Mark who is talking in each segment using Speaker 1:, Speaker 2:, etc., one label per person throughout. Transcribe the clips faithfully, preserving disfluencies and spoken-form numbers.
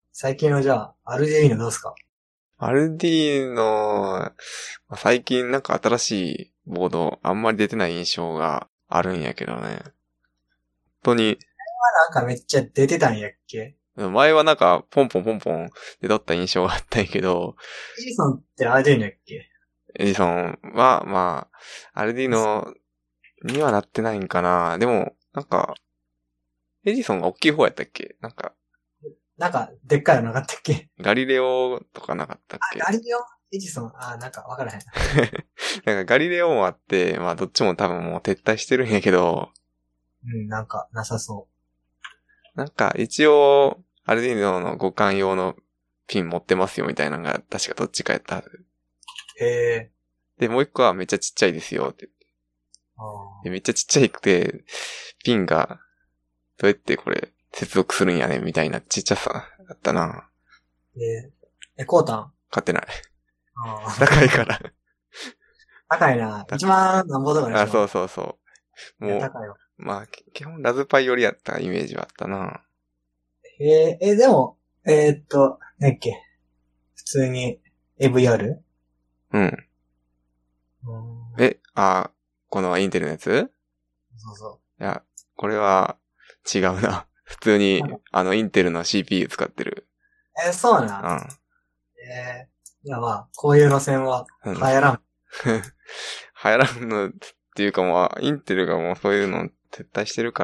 Speaker 1: 最近はじゃあ、アルディーノどうすか？
Speaker 2: アルディーノ、最近なんか新しいボードあんまり出てない印象があるんやけどね。本当に、
Speaker 1: なんかめっちゃ出てたんやっけ？
Speaker 2: 前はなんかポンポンポンポン出とった印象があったんやけど、
Speaker 1: エジソンってアルディーノやっけ？
Speaker 2: エジソンはまあ、アルディーノにはなってないんかな。でも、なんか、エジソンが大きい方やったっけ？なんか、
Speaker 1: なんか、でっかいのなかったっけ？
Speaker 2: ガリレオとかなかったっけ？
Speaker 1: あ、ガリレオエジソンあ、なんかわからへん。
Speaker 2: なんかガリレオもあって、まあどっちも多分もう撤退してるんやけど、
Speaker 1: うん、なんか、なさそ
Speaker 2: なんか一応、アルディーノの互換用のピン持ってますよみたいなのが確かどっちかやったはず。
Speaker 1: う。へえ。
Speaker 2: で、もう一個はめっちゃちっちゃいですよって。
Speaker 1: あ
Speaker 2: でめっちゃちっちゃいくて、ピンがどうやってこれ接続するんやねんみたいなちっちゃさだったな。
Speaker 1: ーえー、え、コータン
Speaker 2: 買ってない。
Speaker 1: あー
Speaker 2: 高いから。
Speaker 1: 高いな。
Speaker 2: 高い
Speaker 1: 一万何ぼとかでしょ？
Speaker 2: あ、そうそうそう。
Speaker 1: いや、
Speaker 2: もう、
Speaker 1: 高いわ。
Speaker 2: まあ、基本ラズパイよりやったイメージはあったな。
Speaker 1: えー、え、でも、えー、っと、なんだっけ。普通に エーブイアール？
Speaker 2: うん。
Speaker 1: うん。
Speaker 2: え、あ、このインテルのやつ？
Speaker 1: そうそ
Speaker 2: いや、これは違うな。普通に、あの、インテルの シーピーユー 使ってる。
Speaker 1: う。えー、そう
Speaker 2: う
Speaker 1: な。
Speaker 2: ん。
Speaker 1: えー、いやまあ、こういう路線は
Speaker 2: うん
Speaker 1: 流行らん。
Speaker 2: 流行らんのっていうかもう、インテルがもうそういうの撤退してるから、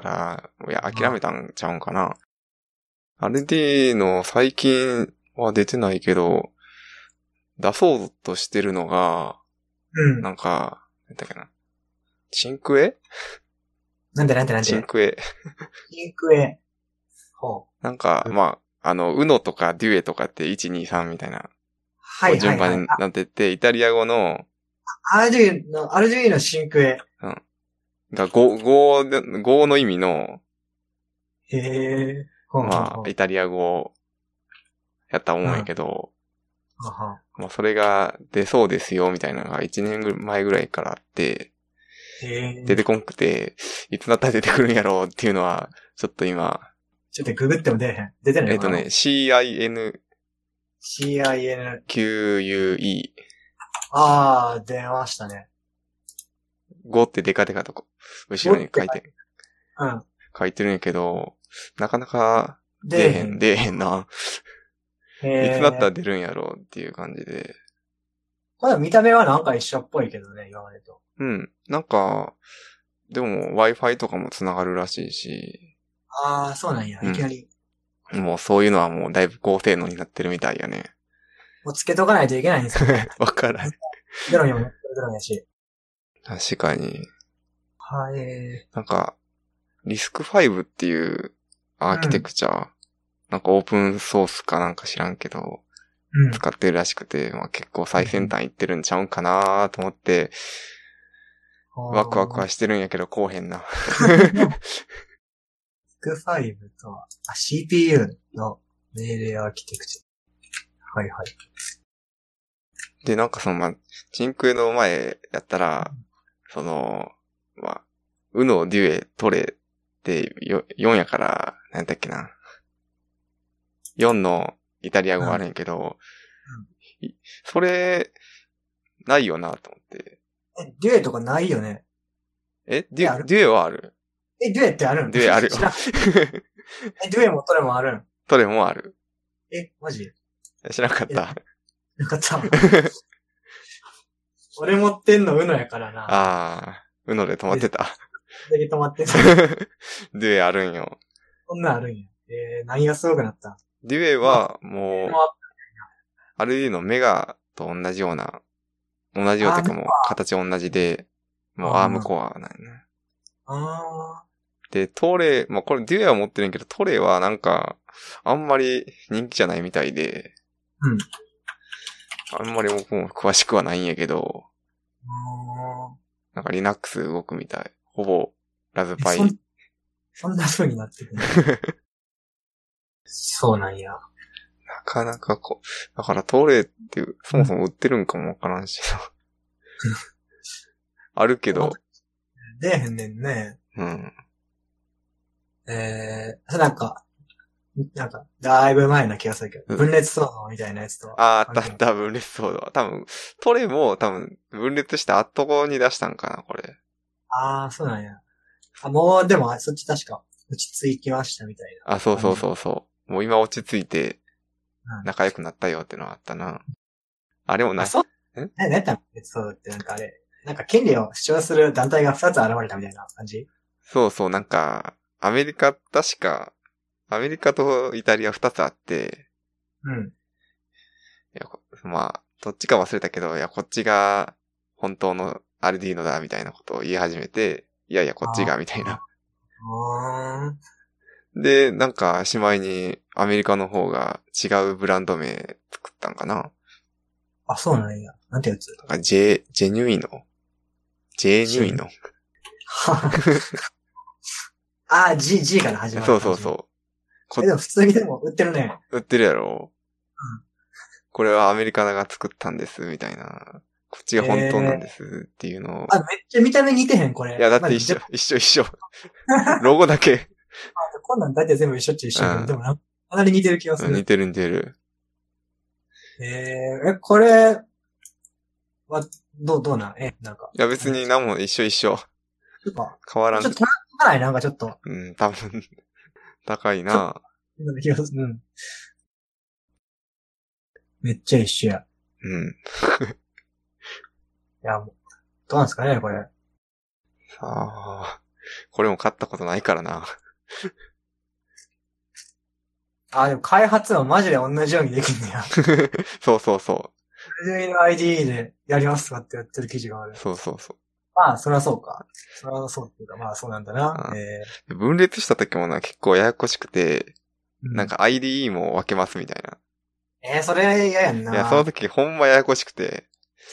Speaker 2: いや、諦めたんちゃうんかな。アルディの最近は出てないけど、出そうとしてるのが、
Speaker 1: うん。
Speaker 2: なんか、なんだっけな。チンクエ
Speaker 1: なんでなんでなんで
Speaker 2: チンクエ。
Speaker 1: ピンクエ。ほう。
Speaker 2: なんか、まあ、あの、ウノとかデュエとかっていち、に、さんみたいな、
Speaker 1: はいはい
Speaker 2: 順
Speaker 1: はい。
Speaker 2: 番になってて、イタリア語の、
Speaker 1: アールジュイの、アールジュイのシンクエ。
Speaker 2: うん。が語、語で、語の意味の、
Speaker 1: へえ。ほうほうほ
Speaker 2: まあ、
Speaker 1: う。
Speaker 2: イタリア語やったと思うんやけど、
Speaker 1: はは。
Speaker 2: まあ、それが出そうですよ、みたいなのがいちねんぐらい前ぐらいからあって、
Speaker 1: へえ。
Speaker 2: 出てこんくて、いつなったら出てくるんやろうっていうのは、ちょっと今、
Speaker 1: ちょっとググっても出えへん。出てない
Speaker 2: えっとね、シーアイエヌ
Speaker 1: シーアイエヌ。
Speaker 2: キューユーイー。
Speaker 1: あー、出ましたね。
Speaker 2: ごってデカデカとこ、後ろに書いて、
Speaker 1: うん。
Speaker 2: 書いてるんやけど、なかなか出えへん、
Speaker 1: 出えへん。
Speaker 2: 出えへんな。
Speaker 1: へー。
Speaker 2: いつなったら出るんやろうっていう感じで。
Speaker 1: まだ見た目はなんか一緒っぽいけどね、言われると。
Speaker 2: うん。なんか、でも Wi-Fi とかも繋がるらしいし、
Speaker 1: あー、そうなんや。
Speaker 2: うん
Speaker 1: いきなり。
Speaker 2: もうそういうのはもうだいぶ高性能になってるみたいやね。
Speaker 1: もうつけとかないといけないんですよね。
Speaker 2: わからん。
Speaker 1: ゼロにも乗ってるゼロやし。
Speaker 2: 確かに。
Speaker 1: はい。
Speaker 2: なんか、リスクファイブっていうアーキテクチャ、うん、なんかオープンソースかなんか知らんけど、
Speaker 1: うん、
Speaker 2: 使ってるらしくて、まあ、結構最先端いってるんちゃうんかなと思って、うん、ワクワクはしてるんやけど、こうへんな。
Speaker 1: リスクファイブとは、あ、シーピーユー の命令アーキテクチャ。はいはい。
Speaker 2: で、なんかその、まあ、チンクエの前やったら、その、まあ、ウノ、デュエ、トレってよよんやから、なんだっけな。よんのイタリア語あるんやけど、うんうん、それ、ないよなと思って。
Speaker 1: え、デュエとかないよね。
Speaker 2: え、デュエ、デュエはある？
Speaker 1: え、デュエってあるん？
Speaker 2: デュエあるよ。
Speaker 1: え、デュエもトレもあるん？
Speaker 2: トレもある。
Speaker 1: え、マジ？
Speaker 2: 知らなかった。
Speaker 1: なかった。俺持ってんのウノやからな。
Speaker 2: ああ、ウノで止まってた。
Speaker 1: で止まってた。
Speaker 2: デュエあるんよ。
Speaker 1: そんなんあるんや。えー、何がすごくなった？
Speaker 2: デュエは、もう、アールディーのメガと同じような、同じようというかもう、形同じで、もうアームコアなんやね。
Speaker 1: あ
Speaker 2: ーで、トレ、まあ、これデュエは持ってるんやけど、トレはなんか、あんまり人気じゃないみたいで、
Speaker 1: うん。
Speaker 2: あんまり僕も詳しくはないんやけど、
Speaker 1: あ
Speaker 2: なんか Linux 動くみたい。ほぼ、ラズパイ。
Speaker 1: そ, そんな風になってる、ね、そうなんや。
Speaker 2: なかなかこう、だからトレっていう、そもそも売ってるんかもわからんしな。あるけど。
Speaker 1: 出えへんねんね。
Speaker 2: うん。
Speaker 1: えー、なんか、 なんか、だいぶ前な気がするけど、分裂騒動みたいなやつと。
Speaker 2: ああ、あったあった、分裂騒動。多分、トレも多分、分裂した後に出したんかな、これ。
Speaker 1: ああ、そうなんや。あ、もう、でも、そっち確か、落ち着きましたみたいな。
Speaker 2: あ、そうそうそうそう。もう今落ち着いて、
Speaker 1: うん、
Speaker 2: 仲良くなったよってのはあったな。あれもない。
Speaker 1: あ、そうえ何やったの分裂騒動ってなんかあれ、なんか権利を主張する団体が二つ現れたみたいな感じ？
Speaker 2: そうそう、なんか、アメリカ、確か、アメリカとイタリア二つあって、
Speaker 1: うん。
Speaker 2: いや、まあ、どっちか忘れたけど、いや、こっちが本当のアルディーノだみたいなことを言い始めて、いやいや、こっちがみたいな。
Speaker 1: あー
Speaker 2: で、なんか、しまいにアメリカの方が違うブランド名作ったんかな。
Speaker 1: あ、そうなんや。なんてやつ？
Speaker 2: なんか、ジェ、ジェニュイノ ?J ニュイノ
Speaker 1: あー、G、G から始まる。
Speaker 2: そうそうそう。
Speaker 1: え、でも普通にでも売ってるね。
Speaker 2: 売ってるやろ。
Speaker 1: うん。
Speaker 2: これはアメリカが作ったんです、みたいな。こっちが本当なんですっていうのを。
Speaker 1: あ、めっちゃ見た目似てへん、これ。
Speaker 2: いや、だって一緒、一緒一緒。ロゴだけ。
Speaker 1: あ、こんなん大体全部一緒っちゃ一緒だけど、
Speaker 2: うん、
Speaker 1: でもな、かなり似てる気がする。
Speaker 2: 似てる似てる。
Speaker 1: えー、え、これは、どう、どうなんえ、なんか。
Speaker 2: いや、別に何も一緒一緒。
Speaker 1: ちょっと、
Speaker 2: 変わらん。
Speaker 1: ちょっと高ないなんかちょっと。
Speaker 2: うん、多分、高いな。
Speaker 1: 気がする。うん。めっちゃ一緒や。
Speaker 2: うん。
Speaker 1: いや、もう、どうなんですかね、これ。
Speaker 2: さあ、これも買ったことないからな。
Speaker 1: あ、でも開発はマジで同じようにできんねや。
Speaker 2: そうそうそ
Speaker 1: アルデュイノ アイディー でやりますとかってやってる記事がある。
Speaker 2: う。そうそうそう。
Speaker 1: まあ、そりゃそうか。そりゃそうっていうか、まあそうなんだな。え
Speaker 2: ー、分裂した時もな、結構ややこしくて、
Speaker 1: うん、
Speaker 2: なんか アイディーイー も分けますみたいな。
Speaker 1: えー、それ嫌やんな。
Speaker 2: いや、その時ほんまややこしくて。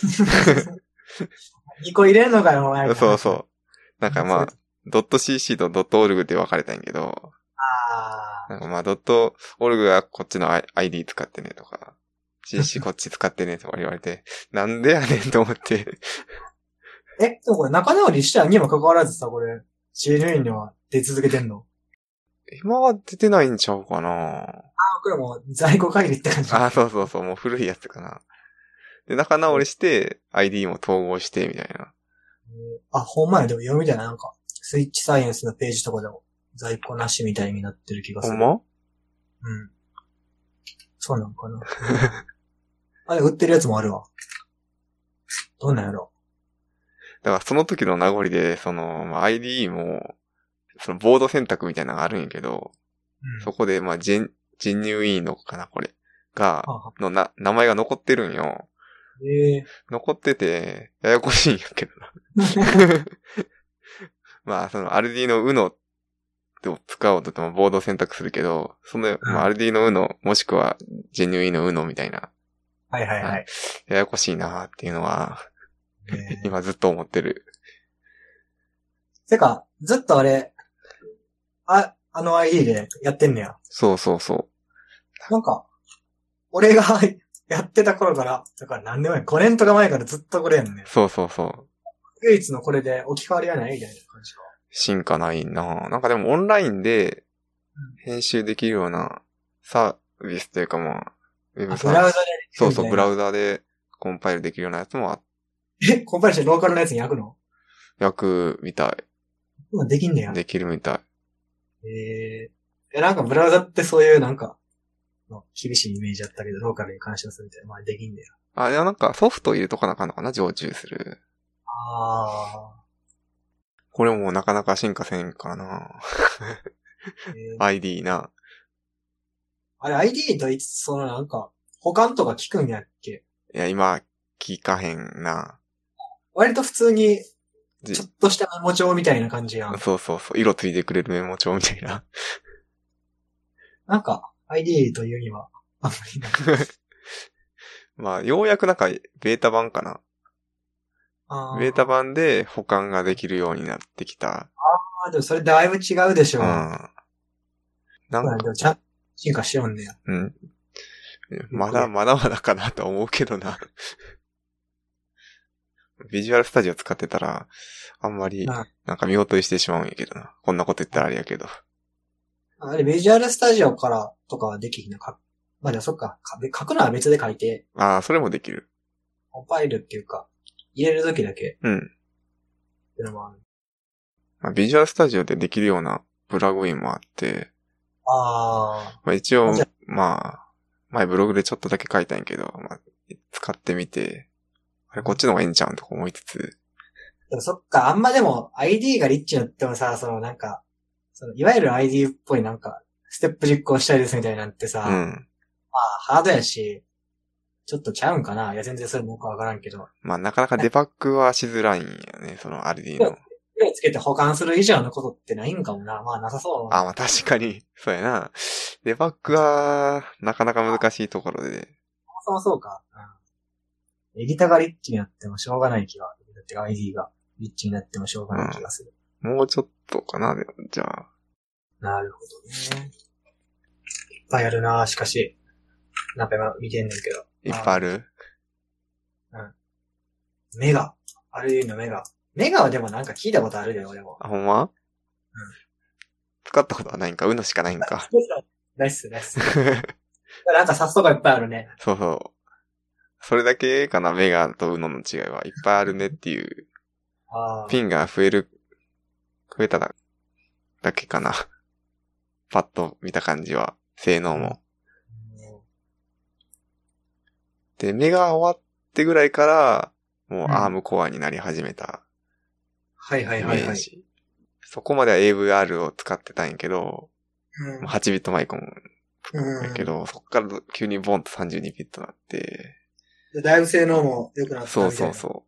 Speaker 1: にこ入れんのかよ、お前。
Speaker 2: そうそう。なんかまあ、ドット .cc とドット .org で分かれたんやけど、
Speaker 1: あ
Speaker 2: なんかまあ、ドット .org がこっちの アイディー 使ってねとか、シーシー こっち使ってねとか言われて、なんでやねんと思って。
Speaker 1: え、でもこれ仲直りしたにもかかわらずさ、これ、シーエルインには出続けてんの？
Speaker 2: 今は出てないんちゃうかな。
Speaker 1: あ、これもう在庫限りって感じ。
Speaker 2: あ、そうそうそう、もう古いやつかな。で、仲直りして、アイディー も統合して、みたいな。
Speaker 1: あ、ほんまや、でも読みたいな、なんか、スイッチサイエンスのページとかでも、在庫なしみたいになってる気がする。
Speaker 2: ほんま？
Speaker 1: うん。そうなのかな。あれ、売ってるやつもあるわ。どんなんやろ。
Speaker 2: だからその時の名残で、その、まあ、アイディー も、そのボード選択みたいなのがあるんやけど、うん、そこで、まあ、ジェン、ジェニュイーノかな、これ。が、のな、名前が残ってるんよ。
Speaker 1: ええー。
Speaker 2: 残ってて、ややこしいんやけどな。まあ、その、アルディの ウノ を使おうとってもボードを選択するけど、その、まあ、アルディの ウノ、もしくは、ジェニュイーノ ウノ みたいな。
Speaker 1: はいはいはい。
Speaker 2: ややこしいなーっていうのは、
Speaker 1: えー、
Speaker 2: 今ずっと思ってる。
Speaker 1: てか、ずっとあれ、あ、あの アイディー でやってんねや。
Speaker 2: そうそうそう。
Speaker 1: なんか、俺がやってた頃から、だから何年前 ?ご 年とか前からずっとこれやんね。
Speaker 2: そうそうそう。
Speaker 1: 唯一のこれで置き換わりはないみたいな感じか。
Speaker 2: 進化ないな。なんかでもオンラインで編集できるようなサービスというかまあ、ウェブサービス。
Speaker 1: ブラウザで。
Speaker 2: そうそう、ブラウザでコンパイルできるようなやつもあっ
Speaker 1: え、コンパイルしてローカルのやつに焼くの？
Speaker 2: 焼くみたい。
Speaker 1: 今できんねや。
Speaker 2: できるみた
Speaker 1: い。えー、え、なんかブラウザってそういうなんか、厳しいイメージあったけど、ローカルに干渉するみたいな、まあできんねや。
Speaker 2: あ、いやなんかソフト入れとかなあかんのかな、常駐する。
Speaker 1: ああ。こ
Speaker 2: れもなかなか進化せんからな。えー、アイディー な。
Speaker 1: あれ アイディー といつ、そのなんか、保管とか聞くんやっけ？
Speaker 2: いや、今、聞かへんな。
Speaker 1: 割と普通に、ちょっとしたメモ帳みたいな感じやん。
Speaker 2: そうそうそう。色ついてくれるメモ帳みたいな。
Speaker 1: なんか、アイディー というには、あんまりない。
Speaker 2: まあ、ようやくなんか、ベータ版かな。ベータ版で保管ができるようになってきた。あ
Speaker 1: あ、でもそれだいぶ違うでしょ。うん。
Speaker 2: なんか、
Speaker 1: でもちゃんと進化しようんだよ。
Speaker 2: うん。まだまだまだかなと思うけどな。ビジュアルスタジオ使ってたら、あんまり、なんか見劣りしてしまうんやけどな。こんなこと言ったらあれやけど。
Speaker 1: あれ、ビジュアルスタジオからとかはできひんのか。まあでもそっか、か書くのは別で書いて、
Speaker 2: ああ、それもできる。
Speaker 1: コンパイルっていうか、入れるときだけ。
Speaker 2: うん。
Speaker 1: っていうのもある。
Speaker 2: まあ、ビジュアルスタジオでできるようなプラグインもあって、
Speaker 1: ああ。
Speaker 2: まあ、一応
Speaker 1: あじゃ、
Speaker 2: まあ、前ブログでちょっとだけ書いたんやけど、まあ、使ってみて、あれこっちの方がええんちゃうんとか思いつつ。
Speaker 1: でもそっか、あんまでも アイディー がリッチになってもさ、そのなんか、そのいわゆる アイディー っぽいなんか、ステップ実行したいですみたいなんてさ、
Speaker 2: うん。
Speaker 1: まあ、ハードやし、ちょっとちゃうんかな。いや、全然それもよくわからんけど。
Speaker 2: まあ、なかなかデバッグはしづらいんやね、その アールディー の。
Speaker 1: 手つけて保管する以上のことってないんかもな。まあ、なさそう。
Speaker 2: あ、まあ確かに、そうやな。デバッグは、なかなか難しいところで。
Speaker 1: そもそうか。うん。エディタがリッチになってもしょうがない気が。だって アイディー がリッチになってもしょうがない気がする。
Speaker 2: うん、もうちょっとかな、でもじゃあ。
Speaker 1: なるほどね。いっぱいあるな、しかし。なんか今見てんねんけど。
Speaker 2: いっぱいある？
Speaker 1: うん。メガ。アールディーのメガ。メガはでもなんか聞いたことあるで、俺も。
Speaker 2: あ、ほんま？
Speaker 1: うん。
Speaker 2: 使ったことはないんか、うのしかないんか。
Speaker 1: ナイス、ナイス。なんか札とかいっぱいあるね。
Speaker 2: そうそう。それだけかな、メガとウノの違いはいっぱいあるねっていう。
Speaker 1: あ
Speaker 2: ピンが増える、増えただ、だけかな。パッと見た感じは、性能も。うん、で、メガ終わってぐらいから、もうアームコアになり始めた。
Speaker 1: はいはいはいはい。
Speaker 2: そこまでは エーブイアール を使ってたんやけど、
Speaker 1: うん、
Speaker 2: はちビットマイコンやけど、うん、そこから急にボンとさんじゅうにビットになって。
Speaker 1: だいぶ性能も良くなったみたいな。
Speaker 2: そうそうそう。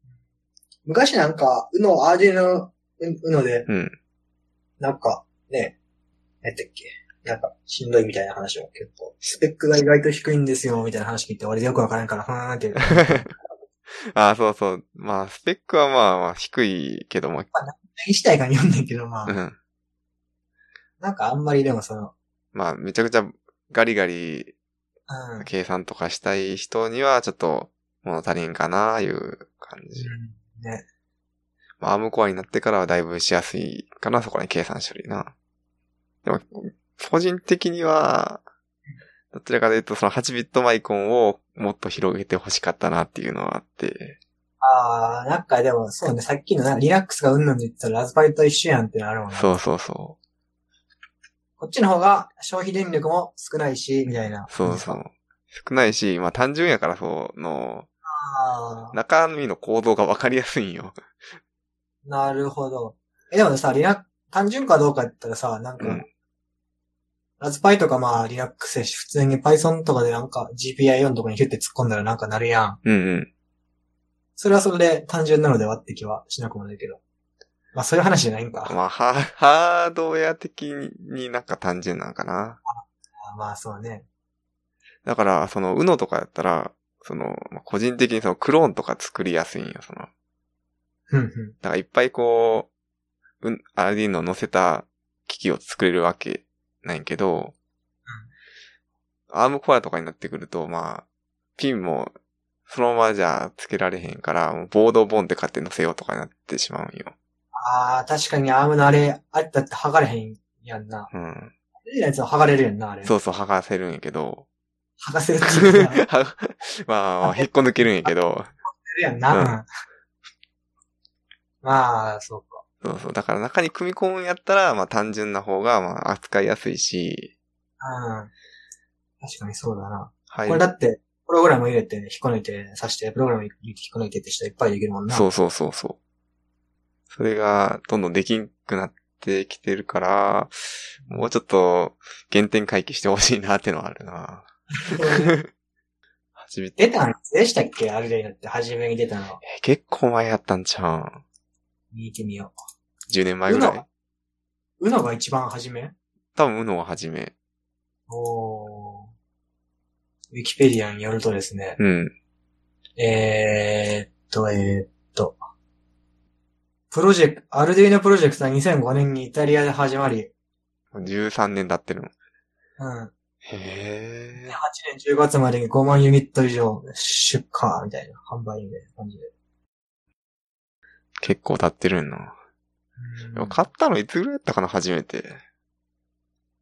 Speaker 1: 昔なんか、うの、アーディの、うので、
Speaker 2: うん。
Speaker 1: なんか、ね、何やったっけなんか、しんどいみたいな話も結構、スペックが意外と低いんですよ、みたいな話聞いて、俺でよくわからんから、ふーんって。
Speaker 2: ああ、そうそう。まあ、スペックはまあまあ低いけども。ま
Speaker 1: あ、何したいかに読んねんけど、まあ。
Speaker 2: うん。
Speaker 1: なんかあんまりでもその。
Speaker 2: まあ、めちゃくちゃガリガリ、計算とかしたい人にはちょっと物足りんかな、いう感じ。
Speaker 1: うん、ね。
Speaker 2: まあ、アームコアになってからはだいぶしやすいかな、そこに計算処理な。でも、個人的には、どちらかというとそのはちビットマイコンをもっと広げて欲しかったなっていうのはあって。
Speaker 1: ああ、なんかでもそうね、さっきのな Linux がうんぬんで言ったらラズパイと一緒やんってなるもんね。
Speaker 2: そうそうそう。
Speaker 1: こっちの方が消費電力も少ないし、みたいな。
Speaker 2: そうそう。少ないし、まあ単純やからその、
Speaker 1: あ
Speaker 2: 中身の構造がわかりやすいんよ。
Speaker 1: なるほど。え、でもさ、Linux、単純かどうか言ったらさ、なんか、うん、ラズパイとかまあ Linux やし、普通に Python とかでなんか ジーピーアイフォー のとこにヒュッて突っ込んだらなんかなるやん。
Speaker 2: うんうん。
Speaker 1: それはそれで単純なのではって気はしなくもないけど。まあそういう話じゃないんか。
Speaker 2: まあハ、ハードウェア的になんか単純なんかな。
Speaker 1: あまあそうね。
Speaker 2: だから、その ウノ とかやったら、その、個人的にそのクローンとか作りやすいんよ、その。
Speaker 1: うんうん。
Speaker 2: だからいっぱいこう、うん、アールディー の載せた機器を作れるわけないけど、うん、アームコアとかになってくると、まあ、ピンもそのままじゃ付けられへんから、もうボードをボンって買って載せようとかになってしまうんよ。
Speaker 1: ああ、確かにアームのあれ、あったって剥がれへんやんな。うん。いいやつは剥がれるやんな、あれ。
Speaker 2: そうそう、剥がせるんやけど。
Speaker 1: 剥がせるっていうか。
Speaker 2: まあ、引っこ抜けるんやけど。引っこ抜
Speaker 1: けるやんな。うん、まあ、そうか。
Speaker 2: そうそう。だから中に組み込むんやったら、まあ単純な方が、まあ扱いやすいし。
Speaker 1: うん。確かにそうだな。はい。これだって、プログラム入れて、引っこ抜いて、刺して、プログラム入れて引っこ抜いてって人いっぱいできるもんな。
Speaker 2: そうそうそうそう。それが、どんどんできんくなってきてるから、もうちょっと、原点回帰してほしいなってのはあるな。
Speaker 1: 初めて。出たんでしたっけあれでって、初めに出たの。
Speaker 2: え、結構前やったんちゃうん
Speaker 1: 見てみよう。
Speaker 2: じゅうねんまえぐらい。
Speaker 1: うのが一番初め
Speaker 2: 多分うのが初め。
Speaker 1: おー。ウィキペディアによるとですね。
Speaker 2: うん。
Speaker 1: えーっと、えーっと。プロジェクト、アルディーノプロジェクトはにせんごねんにイタリアで始まり。
Speaker 2: じゅうさんねん経ってるの。
Speaker 1: うん。
Speaker 2: へー。
Speaker 1: はちねんじゅうがつまでにごまんユニット以上出荷みたいな、販売みたいな感じで。
Speaker 2: 結構経ってるんな。うん、買ったのいつぐらいやったかな、初めて。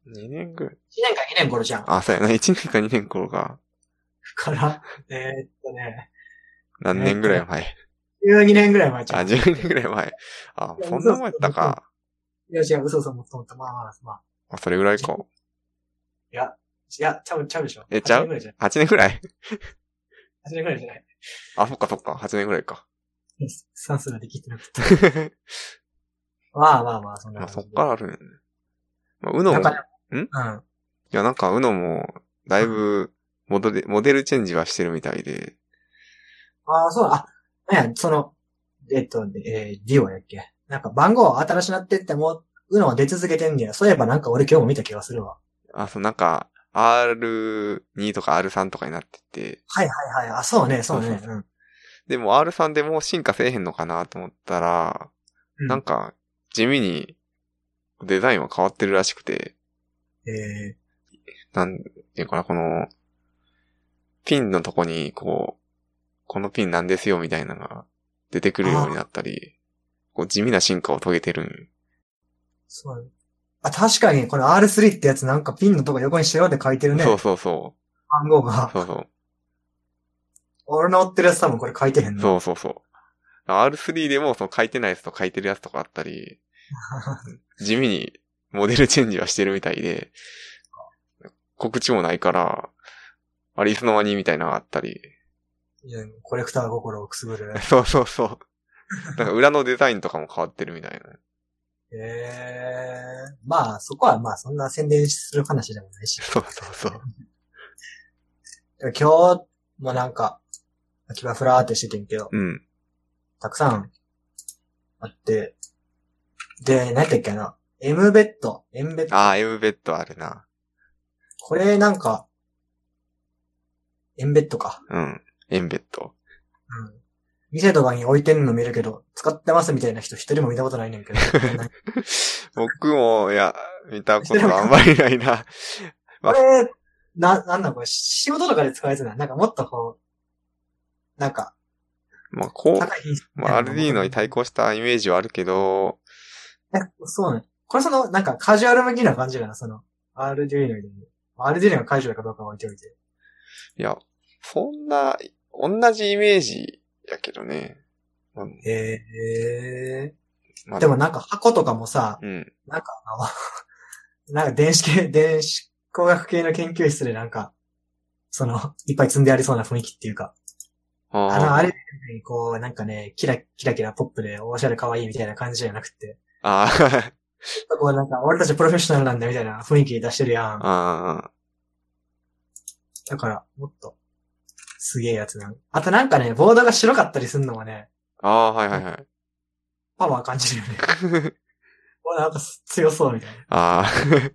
Speaker 2: にねんぐらい。
Speaker 1: いちねんかにねん頃じゃん。
Speaker 2: あ、そうやな。いちねんかにねん頃か。
Speaker 1: から、えー、っとね。
Speaker 2: 何年ぐらい前、
Speaker 1: じゅうにねんぐらい前じゃん。
Speaker 2: あ、じゅうにねんぐらい前。あ、そんな前やったか。
Speaker 1: いや、違う、嘘嘘もっともっと、まあまあ、まあ。
Speaker 2: あ、それぐらいか。
Speaker 1: いや、いや、ちゃう、ちゃうでしょ。
Speaker 2: え、ちゃう ?はち 年ぐらい
Speaker 1: はちねんぐらいじゃない。
Speaker 2: あ、そっかそっか。はちねんぐらいか。
Speaker 1: 算数ができてなくて。まあまあまあ、そんな
Speaker 2: まあ、
Speaker 1: 感じで。
Speaker 2: そっからあるね。まあ、うのも、ん
Speaker 1: うん。
Speaker 2: いや、なんか、うのも、だいぶ、モデル、モデルチェンジはしてるみたいで。
Speaker 1: ああ、そう、あ、ね、その、えっと、えー、ディオやっけ。なんか番号新しなってっても、うのは出続けてんねや。そういえばなんか俺今日も見た気がするわ。
Speaker 2: あ、そう、なんか、アールツー とか アールスリー とかになってて。
Speaker 1: はいはいはい。あ、そうね、そうね。
Speaker 2: そうそうそう
Speaker 1: うん。
Speaker 2: でも アールスリー でも進化せえへんのかなと思ったら、
Speaker 1: うん、
Speaker 2: なんか、地味にデザインは変わってるらしくて。
Speaker 1: え
Speaker 2: ー、なんていうかな、この、ピンのとこに、こう、このピンなんですよみたいなのが出てくるようになったり、こう地味な進化を遂げてるん。
Speaker 1: そう。あ、確かに、この アールスリー ってやつなんかピンのとこ横に白で書いてるね。
Speaker 2: そうそうそう。
Speaker 1: 番号が。
Speaker 2: そうそう。
Speaker 1: 俺の追ってるやつ多分これ書いてへんの。
Speaker 2: そうそうそう。アールスリー でもその書いてないやつと書いてるやつとかあったり、地味にモデルチェンジはしてるみたいで、告知もないから、あれいつの間にみたいなのがあったり。
Speaker 1: いや、コレクター心をくすぐる。
Speaker 2: そうそうそう。なんか裏のデザインとかも変わってるみたいな。
Speaker 1: へえー。まあ、そこはまあそんな宣伝する話でもないし。
Speaker 2: そうそうそう。
Speaker 1: 今日もなんか、秋葉フラーってしててんけど、
Speaker 2: うん。
Speaker 1: たくさんあって、で、何やったっけな、M ベッド、M ベッド。
Speaker 2: ああ、M ベッドあるな。
Speaker 1: これなんか、M ベッドか。
Speaker 2: うん。M ベッド。
Speaker 1: うん。店とかに置いてんの見るけど、使ってますみたいな人一人も見たことないねんけど。
Speaker 2: 僕も、いや、見たことあんまりないな。
Speaker 1: これ、な、なんだこれ、仕事とかで使うやつな。なんかもっとこう、なんか、
Speaker 2: まあ、こう、
Speaker 1: 高い品質
Speaker 2: まあ、アールディーノ に対抗したイメージはあるけど、
Speaker 1: え、そうね。これその、なんかカジュアル向きな感じだな、その、アールディーノ で。アールディーノ がカジュアルかどうかは置いておいて。
Speaker 2: いや、そんな、同じイメージやけどね。
Speaker 1: うん、へえー。
Speaker 2: まあ、
Speaker 1: でもなんか箱とかもさ、
Speaker 2: うん。
Speaker 1: なんかあの、なんか電子系、電子工学系の研究室でなんか、その、いっぱい積んでありそうな雰囲気っていうか、あ
Speaker 2: あ
Speaker 1: の、あれ、こう、なんかね、キラ、キラキラポップでおしゃれ可愛いみたいな感じじゃなくて、
Speaker 2: ああ。
Speaker 1: こうなんか、俺たちプロフェッショナルなんだみたいな雰囲気出してるやん。
Speaker 2: ああ。
Speaker 1: だから、もっと、すげえやつなん。あとなんかね、ボードが白かったりするのもね、
Speaker 2: ああ、はいはいはい。
Speaker 1: パワー感じるよね。なんか強そうみたいな。
Speaker 2: あ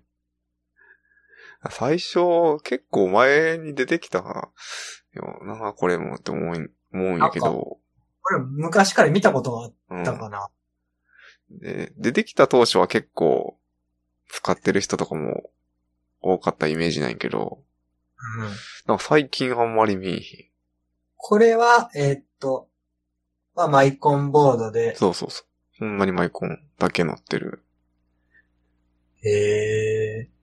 Speaker 2: あ。最初、結構前に出てきたよな、これもって思う、思うんやけど。こ
Speaker 1: れ昔から見たことはあったかな、
Speaker 2: うん、で。出てきた当初は結構使ってる人とかも多かったイメージないけど。うん。なんか最近あんまり見えへん。
Speaker 1: これは、えー、っと、まあマイコンボードで。
Speaker 2: そうそうそう。ほんまにマイコンだけ載ってる。
Speaker 1: へえ。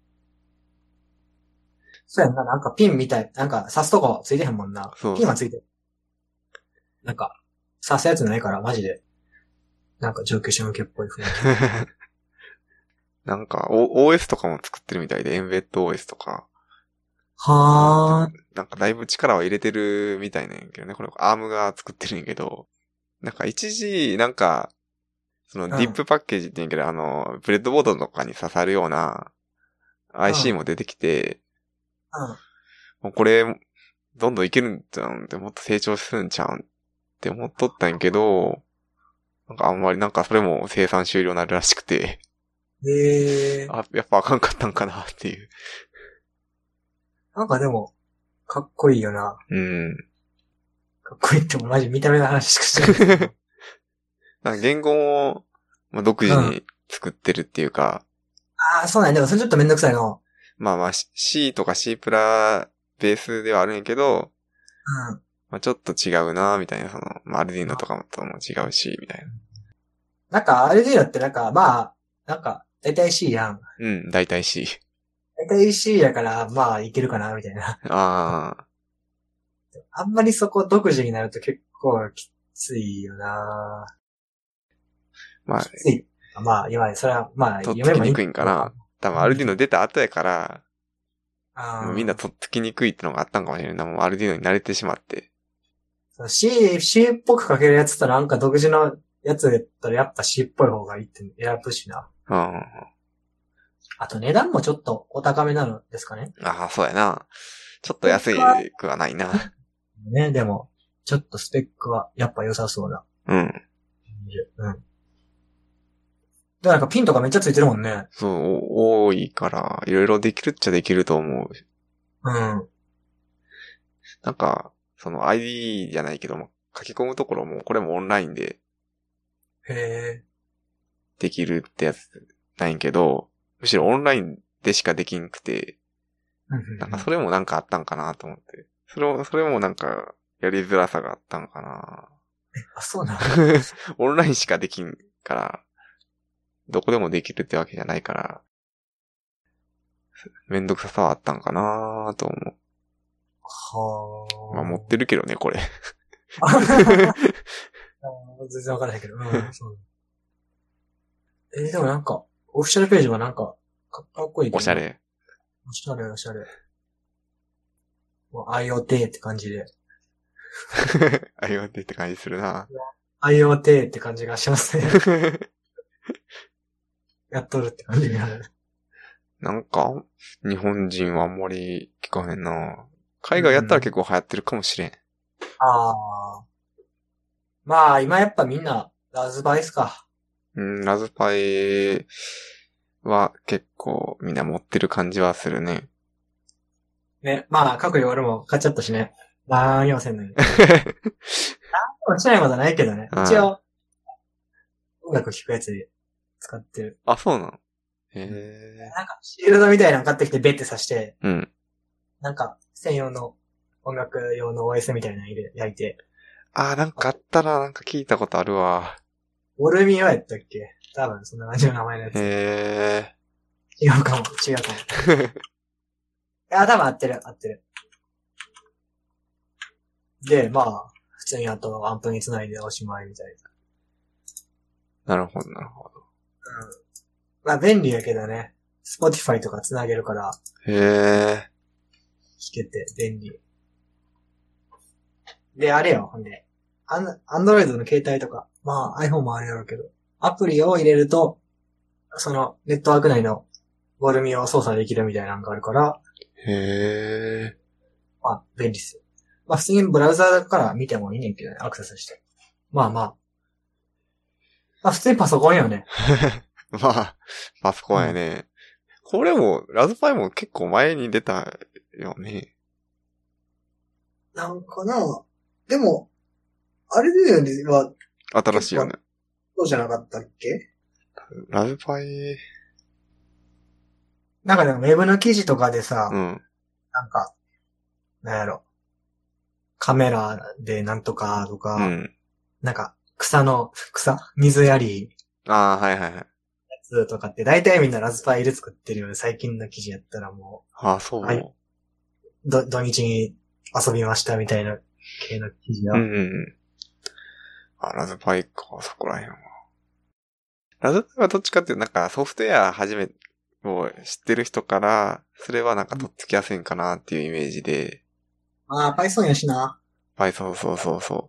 Speaker 1: そうやんな、なんかピンみたい、なんか刺すとこついてへんもんな。そう。ピンはついてる。なんか、刺すやつないから、マジで。なんか上級者向けっぽい雰囲気。
Speaker 2: なんか、オーエス とかも作ってるみたいで、エンベッド オーエス とか。
Speaker 1: はー。
Speaker 2: なんかだいぶ力を入れてるみたいなんやけどね。これ、アームが作ってるんやけど。なんか一時、なんか、そのディップパッケージって言うんやけど、うん、あの、ブレッドボードとかに刺さるような アイシー も出てきて、うん。もうこれ、どんどんいけるんちゃうんって、もっと成長するんちゃうんって思っとったんやけど、なんかあんまりなんかそれも生産終了になるらしくて。
Speaker 1: へー。
Speaker 2: あ、やっぱあかんかったんかなっていう。
Speaker 1: なんかでも、かっこいいよな。
Speaker 2: うん。
Speaker 1: かっこいいってもマジ見た目の話しかしてない。
Speaker 2: なんか言語も、まあ、独自に作ってるっていうか。
Speaker 1: うん、ああ、そうなんや。でもそれちょっとめんどくさいの。
Speaker 2: まあまあ C とか C プラベースではあるんやけど、うん。まあちょっと違うなみたいな、その、まあ、アルディーノとかとも違うし、みたいな。
Speaker 1: なんか、アルディーノってなんか、まあ、なんか、だいたい C やん。
Speaker 2: うん、だいたい C。
Speaker 1: 大体 イーシー やから、まあ、いけるかな、みたいな。
Speaker 2: ああ。
Speaker 1: あんまりそこ独自になると結構きついよな。
Speaker 2: まあ、
Speaker 1: きつい。まあ、今、それは、まあ、
Speaker 2: とっつ
Speaker 1: 夢もいい
Speaker 2: きにくいんかな。多分アルディーノ出た後やから、
Speaker 1: あ
Speaker 2: みんなとっつきにくいってのがあったんかもしれないな。もうアルディーノに慣れてしまって。
Speaker 1: C、C っぽく書けるやつとなんか独自のやつやったらやっぱ C っぽい方がいいって選ぶしな。
Speaker 2: うん。
Speaker 1: あと値段もちょっとお高めなのですかね。
Speaker 2: ああ、そうやな。ちょっと安いくはないな。
Speaker 1: ね、でも、ちょっとスペックはやっぱ良さそうだ。
Speaker 2: うん。
Speaker 1: うん。で、なんかピンとかめっちゃついてるもんね。
Speaker 2: そう、多いから、いろいろできるっちゃできると思う。
Speaker 1: うん。
Speaker 2: なんか、その アイディー じゃないけども、書き込むところも、これもオンラインで
Speaker 1: へえ。
Speaker 2: できるってやつないんけど、むしろオンラインでしかできんくて、なんかそれもなんかあったんかなと思って。それも、それもなんか、やりづらさがあったんかな。
Speaker 1: え、あ、そうなの
Speaker 2: オンラインしかできんから、どこでもできるってわけじゃないから、めんどくささはあったんかなと思う。
Speaker 1: はあ。
Speaker 2: まあ持ってるけどね、これ。
Speaker 1: 全然わからないけど。うん、そうえー、でもなんか、オフィシャルページはなんか、かかっこいいけど。
Speaker 2: おしゃれ。
Speaker 1: おしゃれ、おしゃれ。もう IoT って感じで。
Speaker 2: IoT って感じするな。
Speaker 1: IoT って感じがしますね。やっとるって感じになる。
Speaker 2: なんか、日本人はあんまり聞かへんな。海外やったら結構流行ってるかもしれん。
Speaker 1: ああ。まあ、今やっぱみんな、ラズパイスか。
Speaker 2: うん、ラズパイは結構みんな持ってる感じはするね。
Speaker 1: ね。まあ、各夜も買っちゃったしね。何もせんのに。何もしないことはないけどね。一応、音楽聴くやつで使ってる。
Speaker 2: あ、そうなのへえ。
Speaker 1: なんか、シールドみたいなの買ってきてベッて刺して、
Speaker 2: うん。
Speaker 1: なんか、専用の音楽用の オーエス みたいなの入れ、焼いて。
Speaker 2: あー、なんかあったらなんか聞いたことあるわ。
Speaker 1: オルミオやったっけ多分そんな感じの名前のやつ。
Speaker 2: へ
Speaker 1: 違うかも、違うかも。いや、多分合ってる、合ってる。で、まあ、普通にあとアンプにつないでおしまいみたい
Speaker 2: な。なるほど、なるほど。
Speaker 1: うん。まあ、便利やけどね。Spotify とかつなげるから。
Speaker 2: へえ。
Speaker 1: 聞けて便利。で、あれよ、ほんで。アン、アンドロイドの携帯とか、まあ iPhone もあるやろうけど、アプリを入れると、そのネットワーク内のボルミを操作できるみたいなのがあるから、
Speaker 2: へえ。
Speaker 1: まあ便利っすよ。まあ普通にブラウザーから見てもいいねんけどね、アクセスして。まあまあ。まあ普通にパソコンよね。
Speaker 2: まあ、パソコンやね。うん、これも、ラズパイも結構前に出たよね。
Speaker 1: なんかなでも、あれだよねは、
Speaker 2: 新しいよね。
Speaker 1: そうじゃなかったっけ
Speaker 2: ラズパイ。
Speaker 1: なんかでもウェブの記事とかでさ、
Speaker 2: うん。
Speaker 1: なんか、なんやろ。カメラでなんとかとか、
Speaker 2: うん、
Speaker 1: なんか草の、草水やり。
Speaker 2: ああ、はいはいはい。
Speaker 1: やつとかって大体みんなラズパイで作ってるよね。最近の記事やったらも
Speaker 2: う。ああ、そう。
Speaker 1: はい。ど、土日に遊びましたみたいな系の記事は。
Speaker 2: うんうんうん。あ、ラズパイか、そこらへんは。ラズパイはどっちかっていうとなんかソフトウェア初めを知ってる人から、それはなんかとっつきやすいんかなっていうイメージで。
Speaker 1: ああ、Python やしな。
Speaker 2: Python、そうそうそう。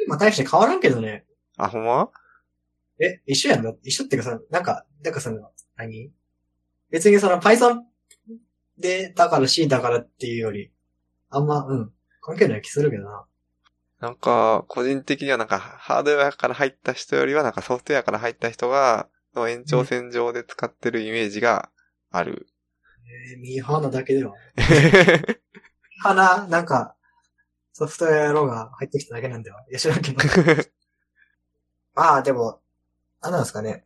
Speaker 1: 今大して変わらんけどね。
Speaker 2: あ、ほんま？
Speaker 1: え、一緒やんの？一緒っていうかさ、なんか、なんかその、何？別にその Python で、だから C だからっていうより、あんま、うん、関係ない気するけどな。
Speaker 2: なんか、個人的にはなんか、ハードウェアから入った人よりはなんかソフトウェアから入った人が、の延長線上で使ってるイメージがある。
Speaker 1: えー、ミーハーなだけでは。ミーハーな、なんか、ソフトウェア野郎が入ってきただけなんでは。いや、知らんけど。まあ、でも、あなんですかね。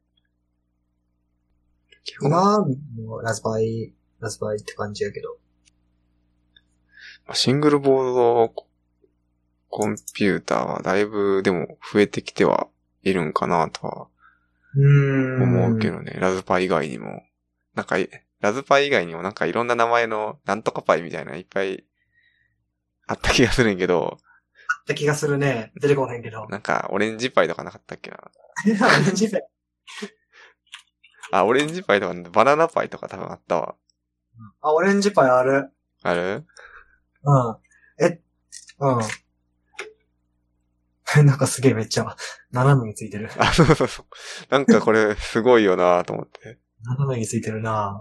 Speaker 1: 今、もうラズパイ、ラズパイって感じやけど。
Speaker 2: シングルボードコンピューターはだいぶでも増えてきてはいるんかなとは思うけどね。ラズパイ以外にも。なんかラズパイ以外にもなんかいろんな名前のなんとかパイみたいなのいっぱいあった気がするんやけど。
Speaker 1: あった気がするね。出てこへんけど。
Speaker 2: なんかオレンジパイとかなかったっけな。
Speaker 1: オレンジパイ。
Speaker 2: あ、オレンジパイとかバナナパイとか多分あったわ。
Speaker 1: あ、オレンジパイある。
Speaker 2: ある？
Speaker 1: うん。え、うん。なんかすげえめっちゃ斜めについてる。
Speaker 2: あ、そうそうそう。なんかこれすごいよなと思って。
Speaker 1: 斜めについてるな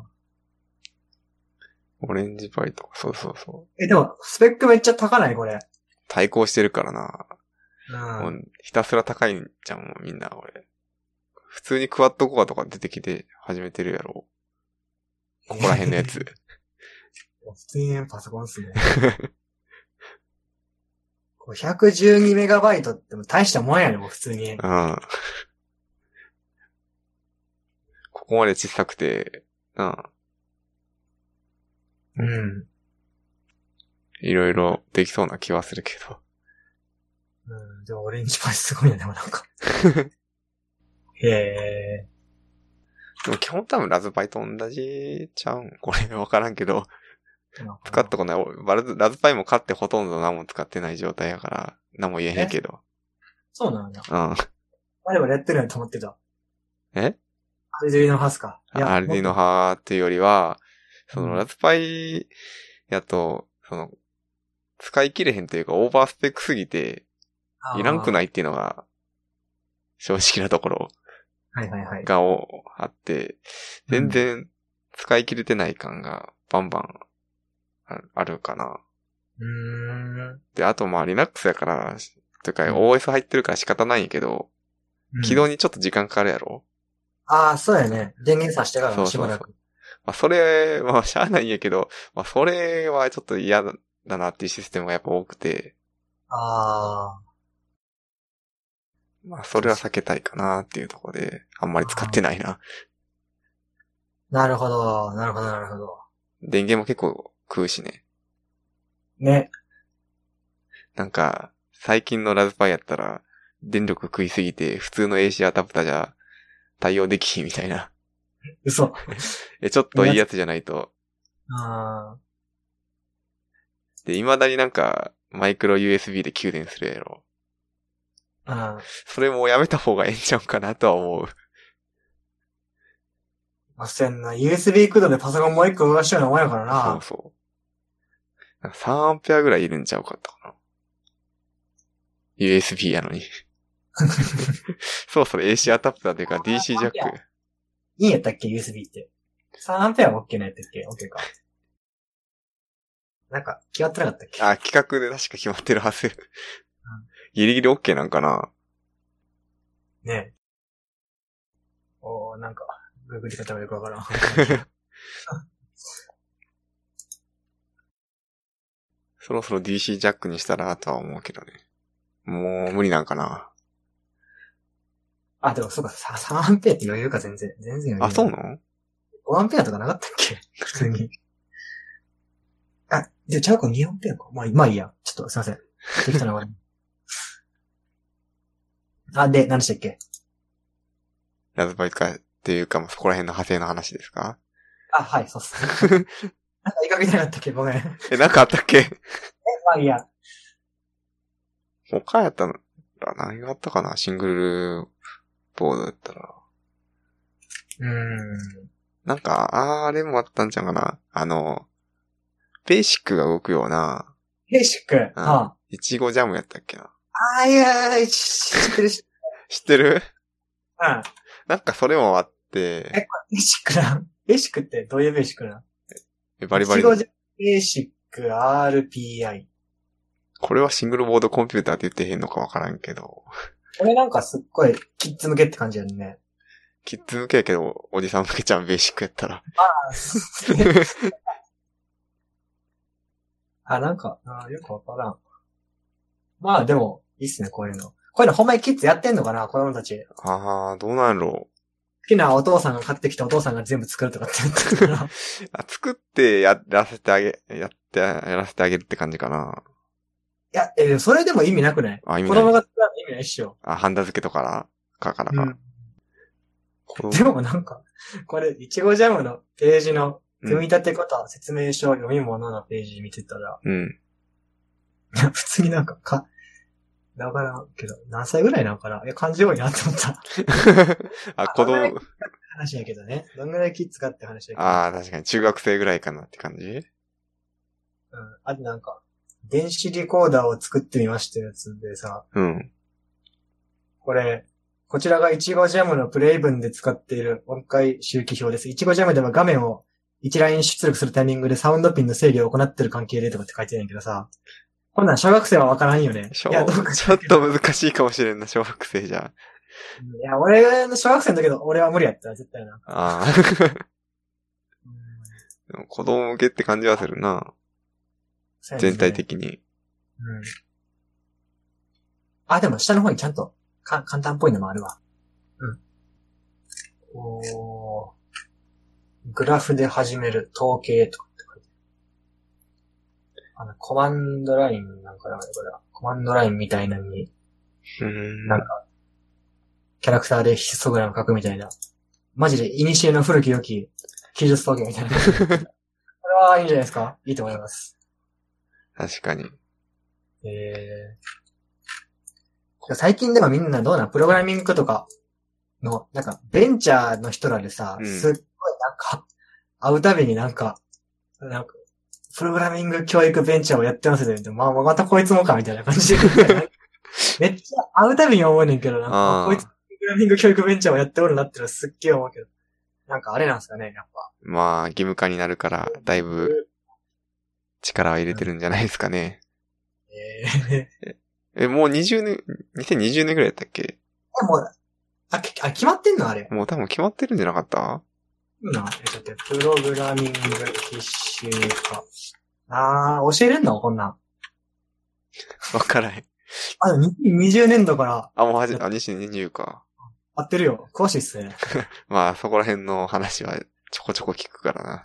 Speaker 2: オレンジパイとか、そうそうそう。
Speaker 1: え、でも、スペックめっちゃ高ないこれ。
Speaker 2: 対抗してるからな。
Speaker 1: うん。
Speaker 2: もうひたすら高いんじゃん、もうみんな、俺。普通にクワッドコアとか出てきて始めてるやろ。ここら辺のやつ。
Speaker 1: 普通にパソコンっすね。ひゃくじゅうにメガバイトっても大したもんやねもう普通に。
Speaker 2: うん。ここまで小さくて、うん。
Speaker 1: うん。
Speaker 2: いろいろできそうな気はするけど。
Speaker 1: うん。でもオレンジパイすごいよね、でもなんか。へえ。
Speaker 2: でも基本多分ラズパイと同じちゃうんこれわからんけど。使ったことない。ラズ、ラズパイも買ってほとんど何も使ってない状態やから、何も言えへんけど。
Speaker 1: そうなんだ。
Speaker 2: うん。
Speaker 1: あれはやってるやと思ってた。
Speaker 2: え？
Speaker 1: アルデュイノハスか。
Speaker 2: アルディノ派っていうよりは、そのラズパイやと、その、使い切れへんというかオーバースペックすぎて、いらんくないっていうのが、正直なところ。
Speaker 1: はいはいはい。
Speaker 2: があって、全然使い切れてない感がバンバンあるかな。
Speaker 1: うーん。
Speaker 2: で、あとまあ Linux やから、というか オーエス 入ってるから仕方ないんやけど、うん、起動にちょっと時間かかるやろ？
Speaker 1: ああ、そうやね。電源さしてからもしばらく。
Speaker 2: そうそうそう。まあそれ、まあしゃあないんやけど、まあそれはちょっと嫌だなっていうシステムがやっぱ多くて。
Speaker 1: ああ。
Speaker 2: まあそれは避けたいかなっていうところで、あんまり使ってないな。
Speaker 1: なるほど、なるほど、なるほど。
Speaker 2: 電源も結構食うしね。
Speaker 1: ね。
Speaker 2: なんか、最近のラズパイやったら、電力食いすぎて、普通の エーシー アダプターじゃ対応できひんみたいな。
Speaker 1: 嘘。
Speaker 2: え、ちょっといいやつじゃないと。
Speaker 1: ああ。
Speaker 2: で、未だになんか、マイクロ ユーエスビー で給電するやろ。
Speaker 1: ああ。
Speaker 2: それもやめた方がええんちゃうかなとは思う。
Speaker 1: あっせんな。ユーエスビー 駆動でパソコンもう一個動かしちゃうのもんやからな。
Speaker 2: そうそう。なんかさんアンペアぐらいいるんちゃうかったかな。ユーエスビー やのに。そうそれ エーシー アダプターというか ディーシー ジャック。
Speaker 1: いいんやったっけ ユーエスビー って。さんアンペアは OK なやったっけ ?OK か。なんか、決まってなかったっけ
Speaker 2: あ、企画で確か決まってるはず。うん、ギリギリ OK なんかな。
Speaker 1: ねえ。おー、なんか、ググり方がよくわからん。
Speaker 2: そろそろ ディーシー ジャックにしたらとは思うけどね。もう無理なんかな。
Speaker 1: あ、でもそうか、さんアンペアって余裕か全然。全然余裕。
Speaker 2: あ、そうなの ?
Speaker 1: ご アンペアとかなかったっけ普通に。あ、で、ちゃうかにアンペアか。まあ、まあいいや。ちょっとすいません。できたな、あ、で、何でしたっけ
Speaker 2: ラズパイかっていうか、そこら辺の派生の話ですか？
Speaker 1: あ、はい、そうっす。なんか言いかけてなかったっけごめん。
Speaker 2: え、なんかあったっけ？え、
Speaker 1: まあいいや。
Speaker 2: 他やったら何があったかな？シングルボードだったら。
Speaker 1: うーん。
Speaker 2: なんか、あー、あれもあったんちゃうかな？あの、ベーシックが動くような。
Speaker 1: ベーシック。うん。あ
Speaker 2: いちごジャムやったっけな？
Speaker 1: あー、いやー、知ってるし。
Speaker 2: 知ってる？
Speaker 1: うん。
Speaker 2: なんかそれもあって。
Speaker 1: え、これベーシックなベーシックってどういうベーシックな
Speaker 2: え、バリバリ。
Speaker 1: いちごジャムベーシック アールピーアイ。
Speaker 2: これはシングルボードコンピューターって言ってへんのかわからんけど。
Speaker 1: これなんかすっごいキッズ向けって感じやね。
Speaker 2: キッズ向けやけど、おじさん向けちゃんベーシックやったら。
Speaker 1: ああ。あ、なんか、あよくわからん。まあでも、いいっすね、こういうの。こういうのほんまにキッズやってんのかな子供たち。
Speaker 2: ああ、どうなんやろう。
Speaker 1: 好きなお父さんが買ってきたお父さんが全部作るとかって言ったかな。
Speaker 2: あ、作ってやらせてあげ、やって、やらせてあげるって感じかな。
Speaker 1: いや、え、それでも意味なくない？
Speaker 2: あ、意味ない。
Speaker 1: 子供が作らない意味ないっしょ。
Speaker 2: あ、ハンダ付けとかか、からか。
Speaker 1: うん、でもなんか、これ、いちごジャムのページの組み立て方、説明書、読み物のページ見てたら、
Speaker 2: うん。
Speaker 1: 普通になんか、か、だからんけど、何歳ぐらいなのかな？いや、漢字多いなって思った。
Speaker 2: あ、子供。
Speaker 1: 話やけどね。どんぐらいキッズかって話やけど。
Speaker 2: ああ、確かに中学生ぐらいかなって感じ？うん。
Speaker 1: あとなんか、電子リコーダーを作ってみましたやつでさ。
Speaker 2: うん。
Speaker 1: これ、こちらがいちごジャムのプレイ文で使っている音階周期表です。いちごジャムでは画面を一ライン出力するタイミングでサウンドピンの制御を行っている関係でとかって書いてないんだけどさ。こんなん小学生はわからんよね。
Speaker 2: いや、どうかちょっと難しいかもしれんな、小学生じゃ。
Speaker 1: いや、俺の小学生の時の俺は無理やったら絶対な。
Speaker 2: ああ。でも子供向けって感じはするな。ね、全体的に。
Speaker 1: うん。あ、でも下の方にちゃんとか簡単っぽいのもあるわ。うん。おー。グラフで始める統計とかって書いてある。あの、コマンドラインなんかな、これは。コマンドラインみたいなのに、
Speaker 2: うん。
Speaker 1: なんか、キャラクターでヒストグラム書くみたいな。マジで、イニシエの古き良き技術統計みたいな。これはいいんじゃないですか？いいと思います。
Speaker 2: 確かに。
Speaker 1: えー、最近でもみんなどうなんプログラミングとかの、なんか、ベンチャーの人らでさ、うん、すっごいなんか、会うたびになんか、なんか、プログラミング教育ベンチャーをやってますね。まあ、またこいつもか、みたいな感じで。めっちゃ会うたびに思うねんけど、なんか、こいつプログラミング教育ベンチャーをやっておるなってのはすっげえ思うけど。なんかあれなんですかね、やっぱ。
Speaker 2: まあ、義務化になるから、だいぶ、力を入れてるんじゃないですかね。えー、え、もうにじゅうねん、にせんにじゅうねんぐらいだったっけ？
Speaker 1: もう、あ、あ、決まってんのあれ。
Speaker 2: もう多分決まってるんじゃなかった？
Speaker 1: うんな、え、ちょっと、プログラミング必修化。あー、教えれんのこんなん。
Speaker 2: わからへん。
Speaker 1: あ、でもにじゅうねんどから。
Speaker 2: あ、もうはじ、あ、にせんにじゅうか。
Speaker 1: 合ってるよ。詳しいっすね。
Speaker 2: まあ、そこら辺の話はちょこちょこ聞くからな。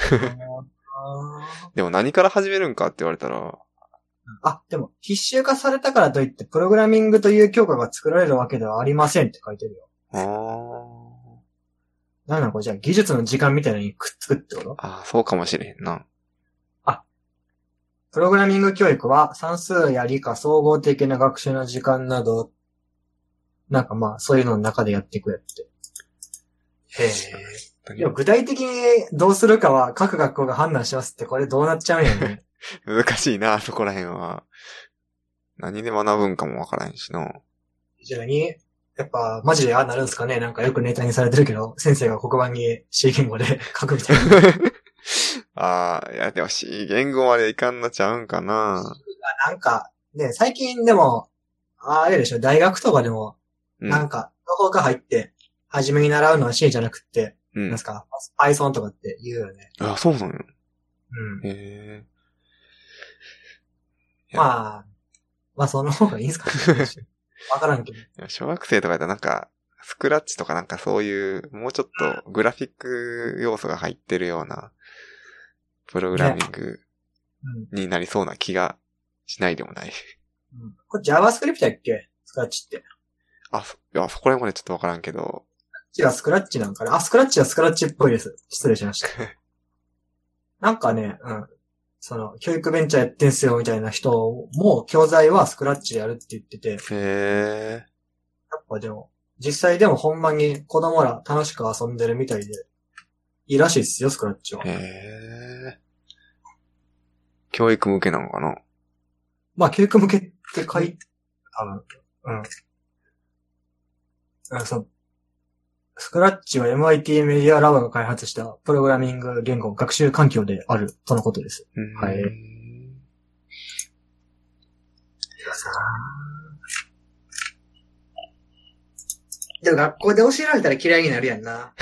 Speaker 2: でも何から始めるんかって言われたら。
Speaker 1: あ、でも、必修化されたからといって、プログラミングという教科が作られるわけではありませんって書いてるよ。
Speaker 2: ああ。
Speaker 1: なんなのこれじゃあ技術の時間みたいなのにくっつくってこと？
Speaker 2: ああ、そうかもしれへんな。
Speaker 1: あ、プログラミング教育は算数や理科総合的な学習の時間など、なんかまあ、そういうのの中でやっていくやって。へえ。いや、具体的にどうするかは各学校が判断しますって、これどうなっちゃうんやね。
Speaker 2: 難しいな、そこら辺は。何で学ぶんかもわからへんしな。
Speaker 1: じゃあ何？やっぱ、マジでああなるんすかね？なんかよくネタにされてるけど、先生が黒板に C 言語で書くみたいな。
Speaker 2: ああ、いや、でも C 言語までいかんのちゃうんかな。
Speaker 1: なんか、ね、最近でも、あれでしょ、大学とかでも、なんか、情報が入って、初めに習うのは C じゃなくて、うん、なんすか、Python とかって言うよね。
Speaker 2: あ、そうなのよ。
Speaker 1: うん。
Speaker 2: へ
Speaker 1: え。まあ、まあその方がいいんすかね。わからんけど。
Speaker 2: 小学生とかだとなんか、スクラッチとかなんかそういう、もうちょっとグラフィック要素が入ってるような、プログラミングになりそうな気がしないでもない。
Speaker 1: うん、これ JavaScript やっけ？スクラッチって。
Speaker 2: あ、そ、いや、そこら辺までちょっとわからんけど。
Speaker 1: 違う、スクラッチなんかな。あ、スクラッチはスクラッチっぽいです。失礼しました。なんかね、うん。その、教育ベンチャーやってんすよ、みたいな人も、教材はスクラッチでやるって言ってて。
Speaker 2: へー。
Speaker 1: やっぱでも、実際でもほんまに子供ら楽しく遊んでるみたいで、いいらしいっすよ、スクラッチは。
Speaker 2: へー。教育向けなのかな？
Speaker 1: まあ、教育向けって書いて、多分、うん。あ、そう。スクラッチは エムアイティー メディアラボが開発したプログラミング言語学習環境であるとのことです。はい。でも学校で教えられたら嫌いになるやんな。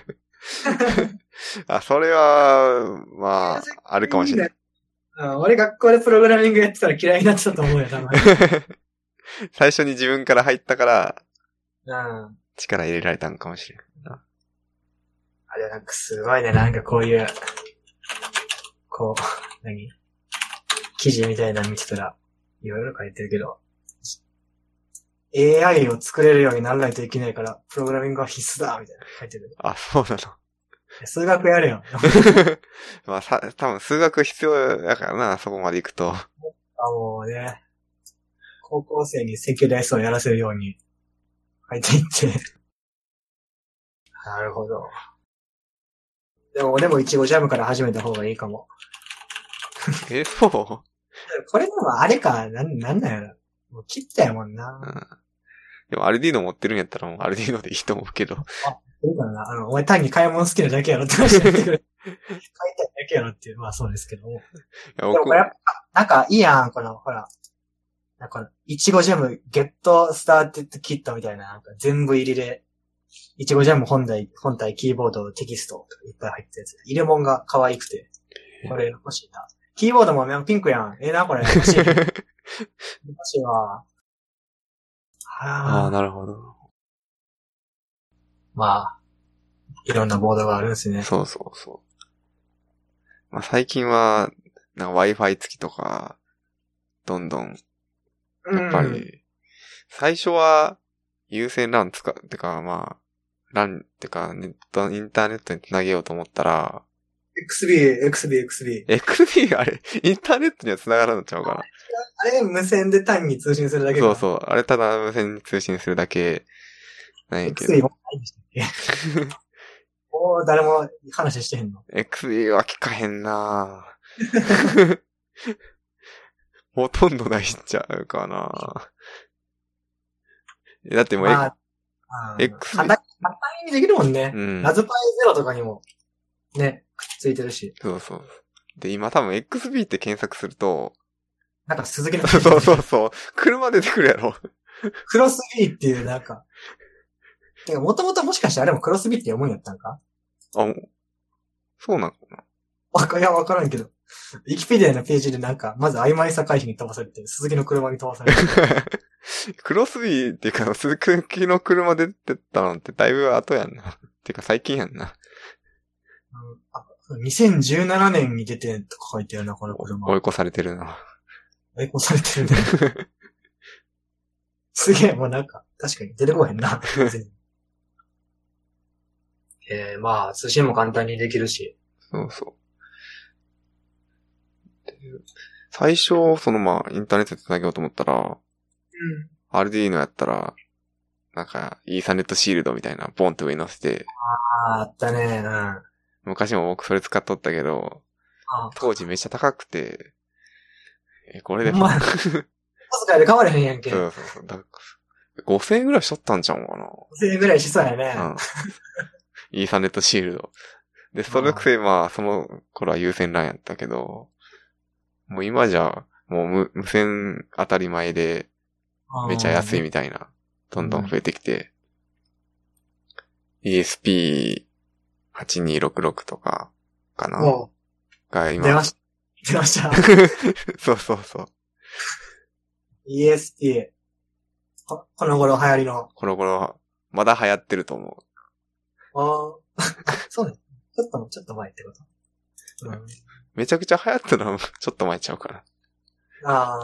Speaker 2: あ、それは、まあ、あるかもしれない。
Speaker 1: うん、俺学校でプログラミングやってたら嫌いになってたと思うよ、多分。
Speaker 2: 最初に自分から入ったから、
Speaker 1: うん。
Speaker 2: 力入れられたんかもしれんな。
Speaker 1: あれなんかすごいね、なんかこういう、こう、何？記事みたいなの見てたら、いろいろ書いてるけど、エーアイ を作れるようにならないといけないから、プログラミングは必須だみたいな書いてる。
Speaker 2: あ、そうなの。
Speaker 1: 数学やるよ。
Speaker 2: まあさ、多分数学必要だからな、そこまで行くと。
Speaker 1: あ、もうね、高校生に積極大数をやらせるように書いていって。なるほど。でも、でも、いちごジャムから始めた方がいいかも。
Speaker 2: え、そう
Speaker 1: これでもあれか、なん、なんなんやろ。もう切ったやもんな。
Speaker 2: うん。でも、アルディーノ持ってるんやったらもうアルディーノでいいと思うけど。
Speaker 1: あ、いいかな。あの、お前単に買い物好きなだけやろって話になってくる。買いたいだけやろっていう、まあそうですけども。
Speaker 2: いや、
Speaker 1: でも
Speaker 2: 僕
Speaker 1: これやっぱ、なんかいいやん、この、ほら。なんか、いちごジャムゲットスターテッドキットみたいな、なんか全部入りで、いちごジャム本体、本体、キーボード、テキストとかいっぱい入ったやつ。入れ物が可愛くて。これ欲しいな。キーボードもピンクやん。ええな、これ。欲しい。欲しいわ。
Speaker 2: ああ、なるほど。
Speaker 1: まあ、いろんなボードがあるんですね。
Speaker 2: そうそうそう。まあ最近は、なんか Wi-Fi 付きとか、どんどん、やっぱり、うん、最初は有線 ラン 使う、てかまあ、ランってかネット、インターネットにつなげようと思ったら、
Speaker 1: エックスビー、エックスビー、エックスビー。
Speaker 2: エックスビー あれ、インターネットには繋がらんのちゃうかな。
Speaker 1: あれ、無線で単に通信するだけか。
Speaker 2: そうそう。あれただ無線に通信するだけ、なんやけど。
Speaker 1: エックスビー もないんでしたっけもう誰も話してへんの。
Speaker 2: エックスビー は聞かへんなほとんどないんちゃうかなだってもう、
Speaker 1: まあ、
Speaker 2: X、
Speaker 1: 簡単にできるもんね。
Speaker 2: うん。
Speaker 1: ラズパイゼロとかにも、ね、くっついてるし。
Speaker 2: そうそう。で、今多分 エックスビー って検索すると、
Speaker 1: なんか鈴木の
Speaker 2: そうそうそう。車出てくるやろ。
Speaker 1: クロスビーっていうなんか。てか、もともともしかしてあれもクロスビーって読むんやったんか
Speaker 2: あ、そうなのかな
Speaker 1: わか、いや、わからんけど。ウィキペディアのページでなんか、まず曖昧さ回避に飛ばされて、鈴木の車に飛ばされて。
Speaker 2: クロスビーっていうか、鈴木の車出てったのってだいぶ後やんな。っていうか最近やんな。
Speaker 1: うん、にせんじゅうななねんに出てとか書いてるな、この車。
Speaker 2: 追い越されてるな。
Speaker 1: 追い越されてるね。すげえ、もうなんか、確かに出てこへんな。えー、まあ、通信も簡単にできるし。
Speaker 2: そうそう。最初、そのまあ、インターネットで繋げようと思ったら、うん。アールディーノ やったら、なんか、イーサネットシールドみたいな、ポンって上に乗せて。
Speaker 1: ああ、あったね、うん。
Speaker 2: 昔も僕それ使っとったけど、当時めっちゃ高くて、え、これで。
Speaker 1: お前、小遣いで買われへんやんけ。
Speaker 2: そうそうそう。だごせんえんぐらいしとったんちゃうかな。
Speaker 1: ごせんえんぐらいしそうやね。
Speaker 2: うん。イーサネットシールド。で、そのくせ、まあ、その頃は有線 ラン やったけど、もう今じゃ、もう無無線当たり前で、めちゃ安いみたいな、どんどん増えてきて、うん、イーエスピーはちにーろくろく とか、かなが今。
Speaker 1: 出ました。出ました。
Speaker 2: そうそうそう。
Speaker 1: イーエスピー。こ, この頃流行りの。
Speaker 2: この頃、まだ流行ってると思
Speaker 1: う。ああ。そうね。ちょっと、ちょっと前ってこと、うん、
Speaker 2: めちゃくちゃ流行ったのはちょっと前ちゃうか
Speaker 1: な。ああ。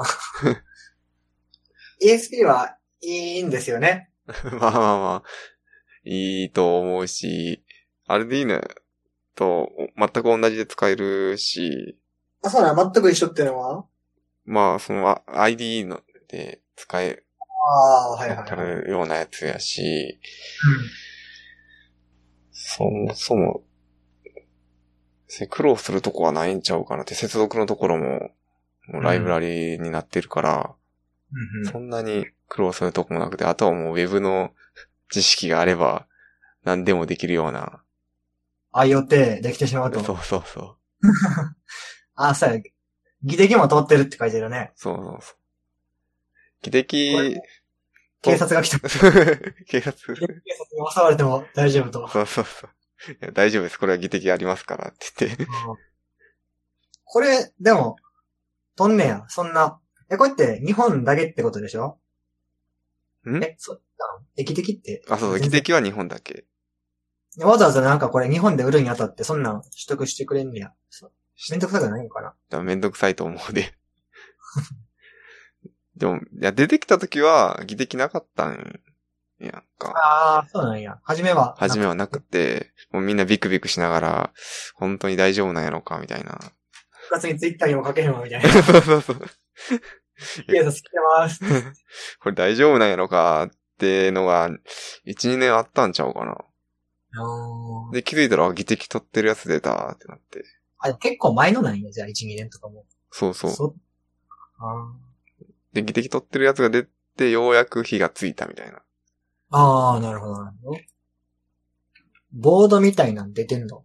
Speaker 1: イーエスピー はいいんですよね。
Speaker 2: まあまあまあ、いいと思うし、アルディーナと全く同じで使えるし。
Speaker 1: あ、そうなの？全く一緒っていうのは？
Speaker 2: まあ、その アイディー ので使え
Speaker 1: ああ、はいはい、はい。
Speaker 2: るようなやつやし、
Speaker 1: うん、
Speaker 2: そもそも、苦労するとこはないんちゃうかなって、接続のところも、もうライブラリになってるから、うん、そんなに苦労するとこもなくて、あとはもう Web の知識があれば、何でもできるような。
Speaker 1: アイオーティー できてしまうと。
Speaker 2: そうそうそう。
Speaker 1: あ、そうや。技歴も通ってるって書いてるね。
Speaker 2: そうそうそう。技歴、
Speaker 1: 警察が来た。
Speaker 2: 警察警察に
Speaker 1: 襲われても大丈夫と。
Speaker 2: そうそうそう。いや大丈夫です。これは技歴ありますからって言って。
Speaker 1: これ、でも、とんねや。そんな。え、これって日本だけってことでしょ？
Speaker 2: ん
Speaker 1: え、そうなの？え、技歴って。
Speaker 2: あ、そうそう。技歴は日本だけ。
Speaker 1: わざわざなんかこれ日本で売るにあたってそんなん取得してくれんねや。めんどくさくないのかな？
Speaker 2: だめんどくさいと思うで。でも、いや、出てきた時は技歴なかったんやんか。
Speaker 1: ああ、そうなんや。初めは。
Speaker 2: 初めはなくて、もうみんなビクビクしながら、本当に大丈夫なんやろか、みたいな。
Speaker 1: 部活にツイッターにも書けへんわ、みたいな。
Speaker 2: そうそうそう。
Speaker 1: ケイさん好きてます。
Speaker 2: これ大丈夫なんやろかってのが、いち、にねんあったんちゃうかな。
Speaker 1: あ
Speaker 2: で、気づいたら、技的取ってるやつ出たってなって。
Speaker 1: あ、結構前のなんや、じゃあいち、にねんとかも。
Speaker 2: そうそう。
Speaker 1: そあ
Speaker 2: で、技的取ってるやつが出て、ようやく火がついたみたいな。
Speaker 1: あー、なるほど、なるほど。ボードみたいなん出てんの？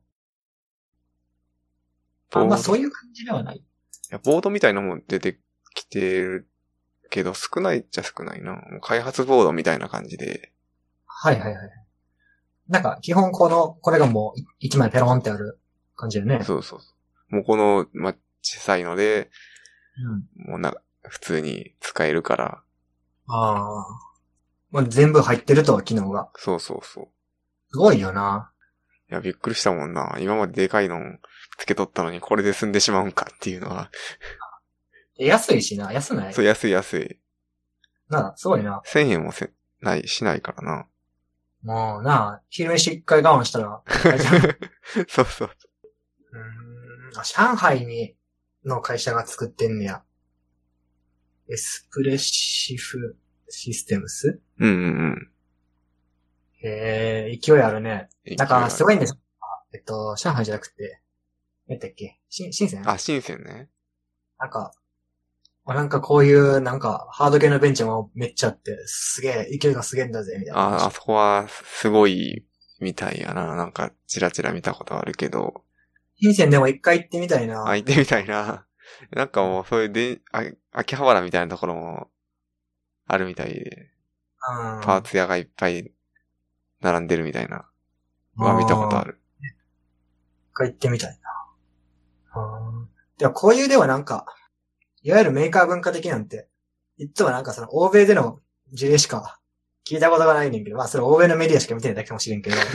Speaker 1: あんまそういう感じではない。
Speaker 2: いや、ボードみたいなのも出てきてるけど、少ないっちゃ少ないな。もう開発ボードみたいな感じで。
Speaker 1: はいはいはい。なんか、基本この、これがもう一枚ペロンってある感じだよね。
Speaker 2: そうそうそう。もうこの、ま、小さいので、
Speaker 1: うん。
Speaker 2: もうな、普通に使えるから。
Speaker 1: ああ。まあ、全部入ってるとは、機能が。
Speaker 2: そうそうそう。
Speaker 1: すごいよな。
Speaker 2: いや、びっくりしたもんな。今まででかいのつけとったのにこれで済んでしまうんかっていうのは。
Speaker 1: 安いしな。安ない？
Speaker 2: そう、安い安い。
Speaker 1: なあ、すごいな。
Speaker 2: せんえんもせ、ない、しないからな。
Speaker 1: もうなあ、昼飯一回我慢したら、大丈夫。
Speaker 2: そうそう。
Speaker 1: うーん。あ、上海に、の会社が作ってんねや。エスプレッシフシステムス？
Speaker 2: うんうんうん。
Speaker 1: へえ、勢いあるね。なんか、すごいんですよ。えっと、上海じゃなくて、何だっけし、深セン？
Speaker 2: あ、深センね。
Speaker 1: なんか、なんかこういう、なんか、ハード系のベンチャーもめっちゃあって、すげえ、勢いがすげえんだぜ、みたいな。
Speaker 2: あ、あそこはすごいみたいやな。なんか、チラチラ見たことあるけど。
Speaker 1: 深センでも一回行ってみたいな。
Speaker 2: あ、行ってみたいな。なんかもう、そういうで、あ、秋葉原みたいなところも、あるみたいで。
Speaker 1: うん。
Speaker 2: パーツ屋がいっぱい、並んでるみたいな。は見たことある。
Speaker 1: 一回行ってみたいな。うん。でもこういうではなんか、いわゆるメーカー文化的なんて、いつもなんかその欧米での事例しか聞いたことがないねんけど、まあそれ欧米のメディアしか見てないだけかもしれんけど。
Speaker 2: ど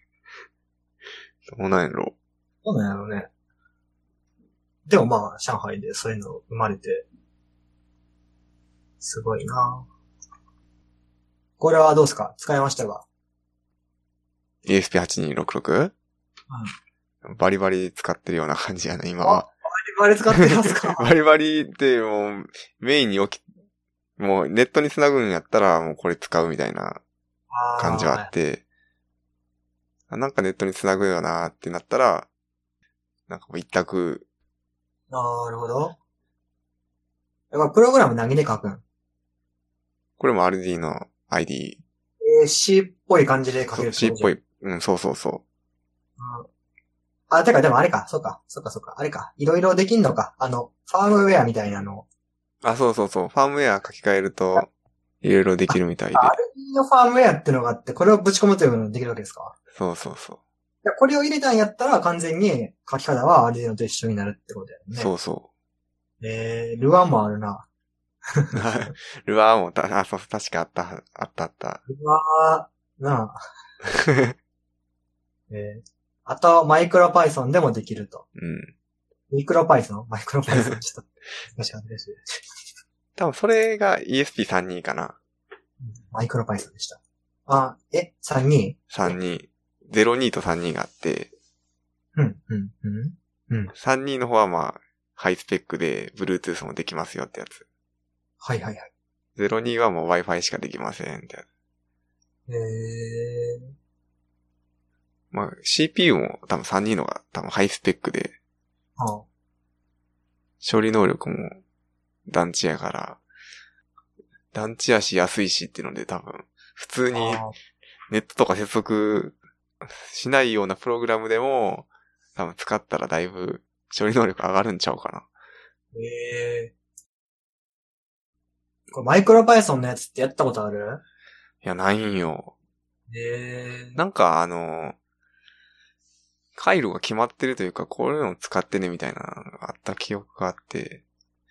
Speaker 2: うなんやろ。
Speaker 1: そうなんやろうね。でもまあ、上海でそういうの生まれて、すごいな。これはどうですか？使いましたか？
Speaker 2: イーエスピーはちにーろくろく？ うん。バリバリ使ってるような感じやね、今は。
Speaker 1: バリバリ使ってますか？
Speaker 2: バリバリってもう、メインに置き、もうネットに繋ぐんやったらもうこれ使うみたいな感じはあって、あなんかネットに繋ぐよなってなったら、なんかもう一択。
Speaker 1: なるほど。だからプログラム何で書くん？
Speaker 2: これも アールディー の アイディー。
Speaker 1: えー、C っぽい感じで書けるってこと？
Speaker 2: C っぽい。うん、そうそうそう。
Speaker 1: うん。あ、てかでもあれか、そうか、そうかそうか、あれか、いろいろできんのか。あの、ファームウェアみたいなの。
Speaker 2: あ、そうそうそう。ファームウェア書き換えると、いろいろできるみたいで。
Speaker 1: アールディー のファームウェアってのがあって、これをぶち込むというのができるわけですか？
Speaker 2: そうそうそう。
Speaker 1: いや、これを入れたんやったら完全に書き方は アールディー のと一緒になるってことだよね。
Speaker 2: そうそ
Speaker 1: えー、ルアンもあるな。
Speaker 2: う。ルアーもた、あ、そう、確かあった、あったあった。
Speaker 1: ルアー、なあ。えー、あと、マイクロパイソンでもできると。
Speaker 2: うん。
Speaker 1: ミクロパイソンマイクロパイソンちょっと、難しかったです。
Speaker 2: 多分それが イーエスピーさんじゅうに かな。
Speaker 1: マイクロパイソンでした。あ、え、さんじゅうに？
Speaker 2: さんじゅうに。ゼロにとさんじゅうにがあって、
Speaker 1: うん、うん、うん。うん。
Speaker 2: さんじゅうにの方はまあ、ハイスペックで Bluetooth もできますよってやつ。
Speaker 1: はいはいはい。
Speaker 2: ゼロにはもう Wi-Fi しかできませんってやつ。
Speaker 1: へー。
Speaker 2: まあ、シーピーユー も多分さんじゅうにのが多分ハイスペックで、
Speaker 1: ああ
Speaker 2: 処理能力も団地やから、団地やし安いしっていうので多分、普通にネットとか接続しないようなプログラムでも、多分使ったらだいぶ処理能力上がるんちゃうかな。
Speaker 1: へー。これマイクロパイソンのやつってやったことある？
Speaker 2: いや、ないんよ。
Speaker 1: へー。
Speaker 2: なんかあの、回路が決まってるというか、こういうのを使ってねみたいなのがあった記憶があって、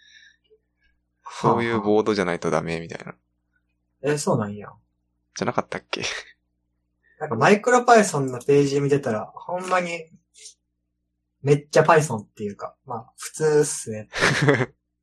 Speaker 2: そういうボードじゃないとダメみたいな。
Speaker 1: えー、そうなんや。
Speaker 2: じゃなかったっけ？
Speaker 1: なんかマイクロパイソンのページ見てたら、ほんまに、めっちゃ Python っていうか、まあ、普通っすね。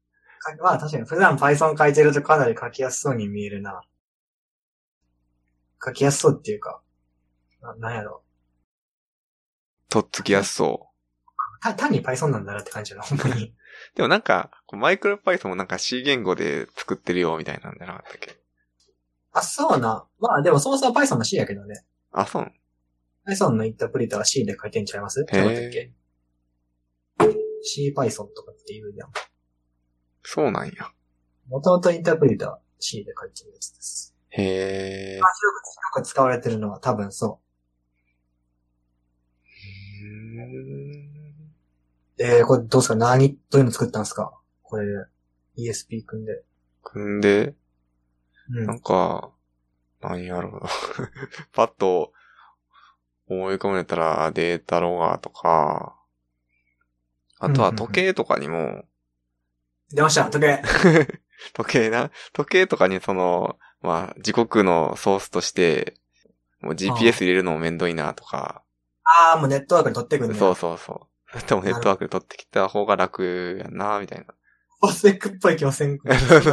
Speaker 1: まあ確かに普段 Python 書いてるとかなり書きやすそうに見えるな。 書きやすそうっていうか、な、なんやろ。
Speaker 2: とっつきやすそ
Speaker 1: た、単に Python なんだなって感じだな、ほんまに。
Speaker 2: う。でもなんか、マイクロ Python もなんか C 言語で作ってるよ、みたいなんじゃなかったっけ？
Speaker 1: あ、そうな。まあでもそもそも Python の C やけどね。
Speaker 2: あ、そう。
Speaker 1: Python のインタープリターは C で書いてんちゃいますちゃうかったっけ？ C Python とかって言うじゃん。
Speaker 2: そうなんや。
Speaker 1: もともとインタープリターは C で書いてるやつです。
Speaker 2: へー。
Speaker 1: まあ、よく、よく使われてるのは多分そう。えー、これどうすか？何、どういうの作ったんですか？これ、イーエスピー 組んで。
Speaker 2: 組んで、
Speaker 1: うん。
Speaker 2: なんか、何やろうな。パッと思い浮かべたらデータロガーとか、あとは時計とかにも、
Speaker 1: 出ました、時計。
Speaker 2: 時計な。時計とかにその、まあ、時刻のソースとして、もう ジーピーエス 入れるのもめんどいなとか。
Speaker 1: ああ、もうネットワークに取ってくんね。
Speaker 2: そうそうそう。それともネットワークで取ってきた方が楽やんな、みたいな。
Speaker 1: オスペックっぽい気もせん。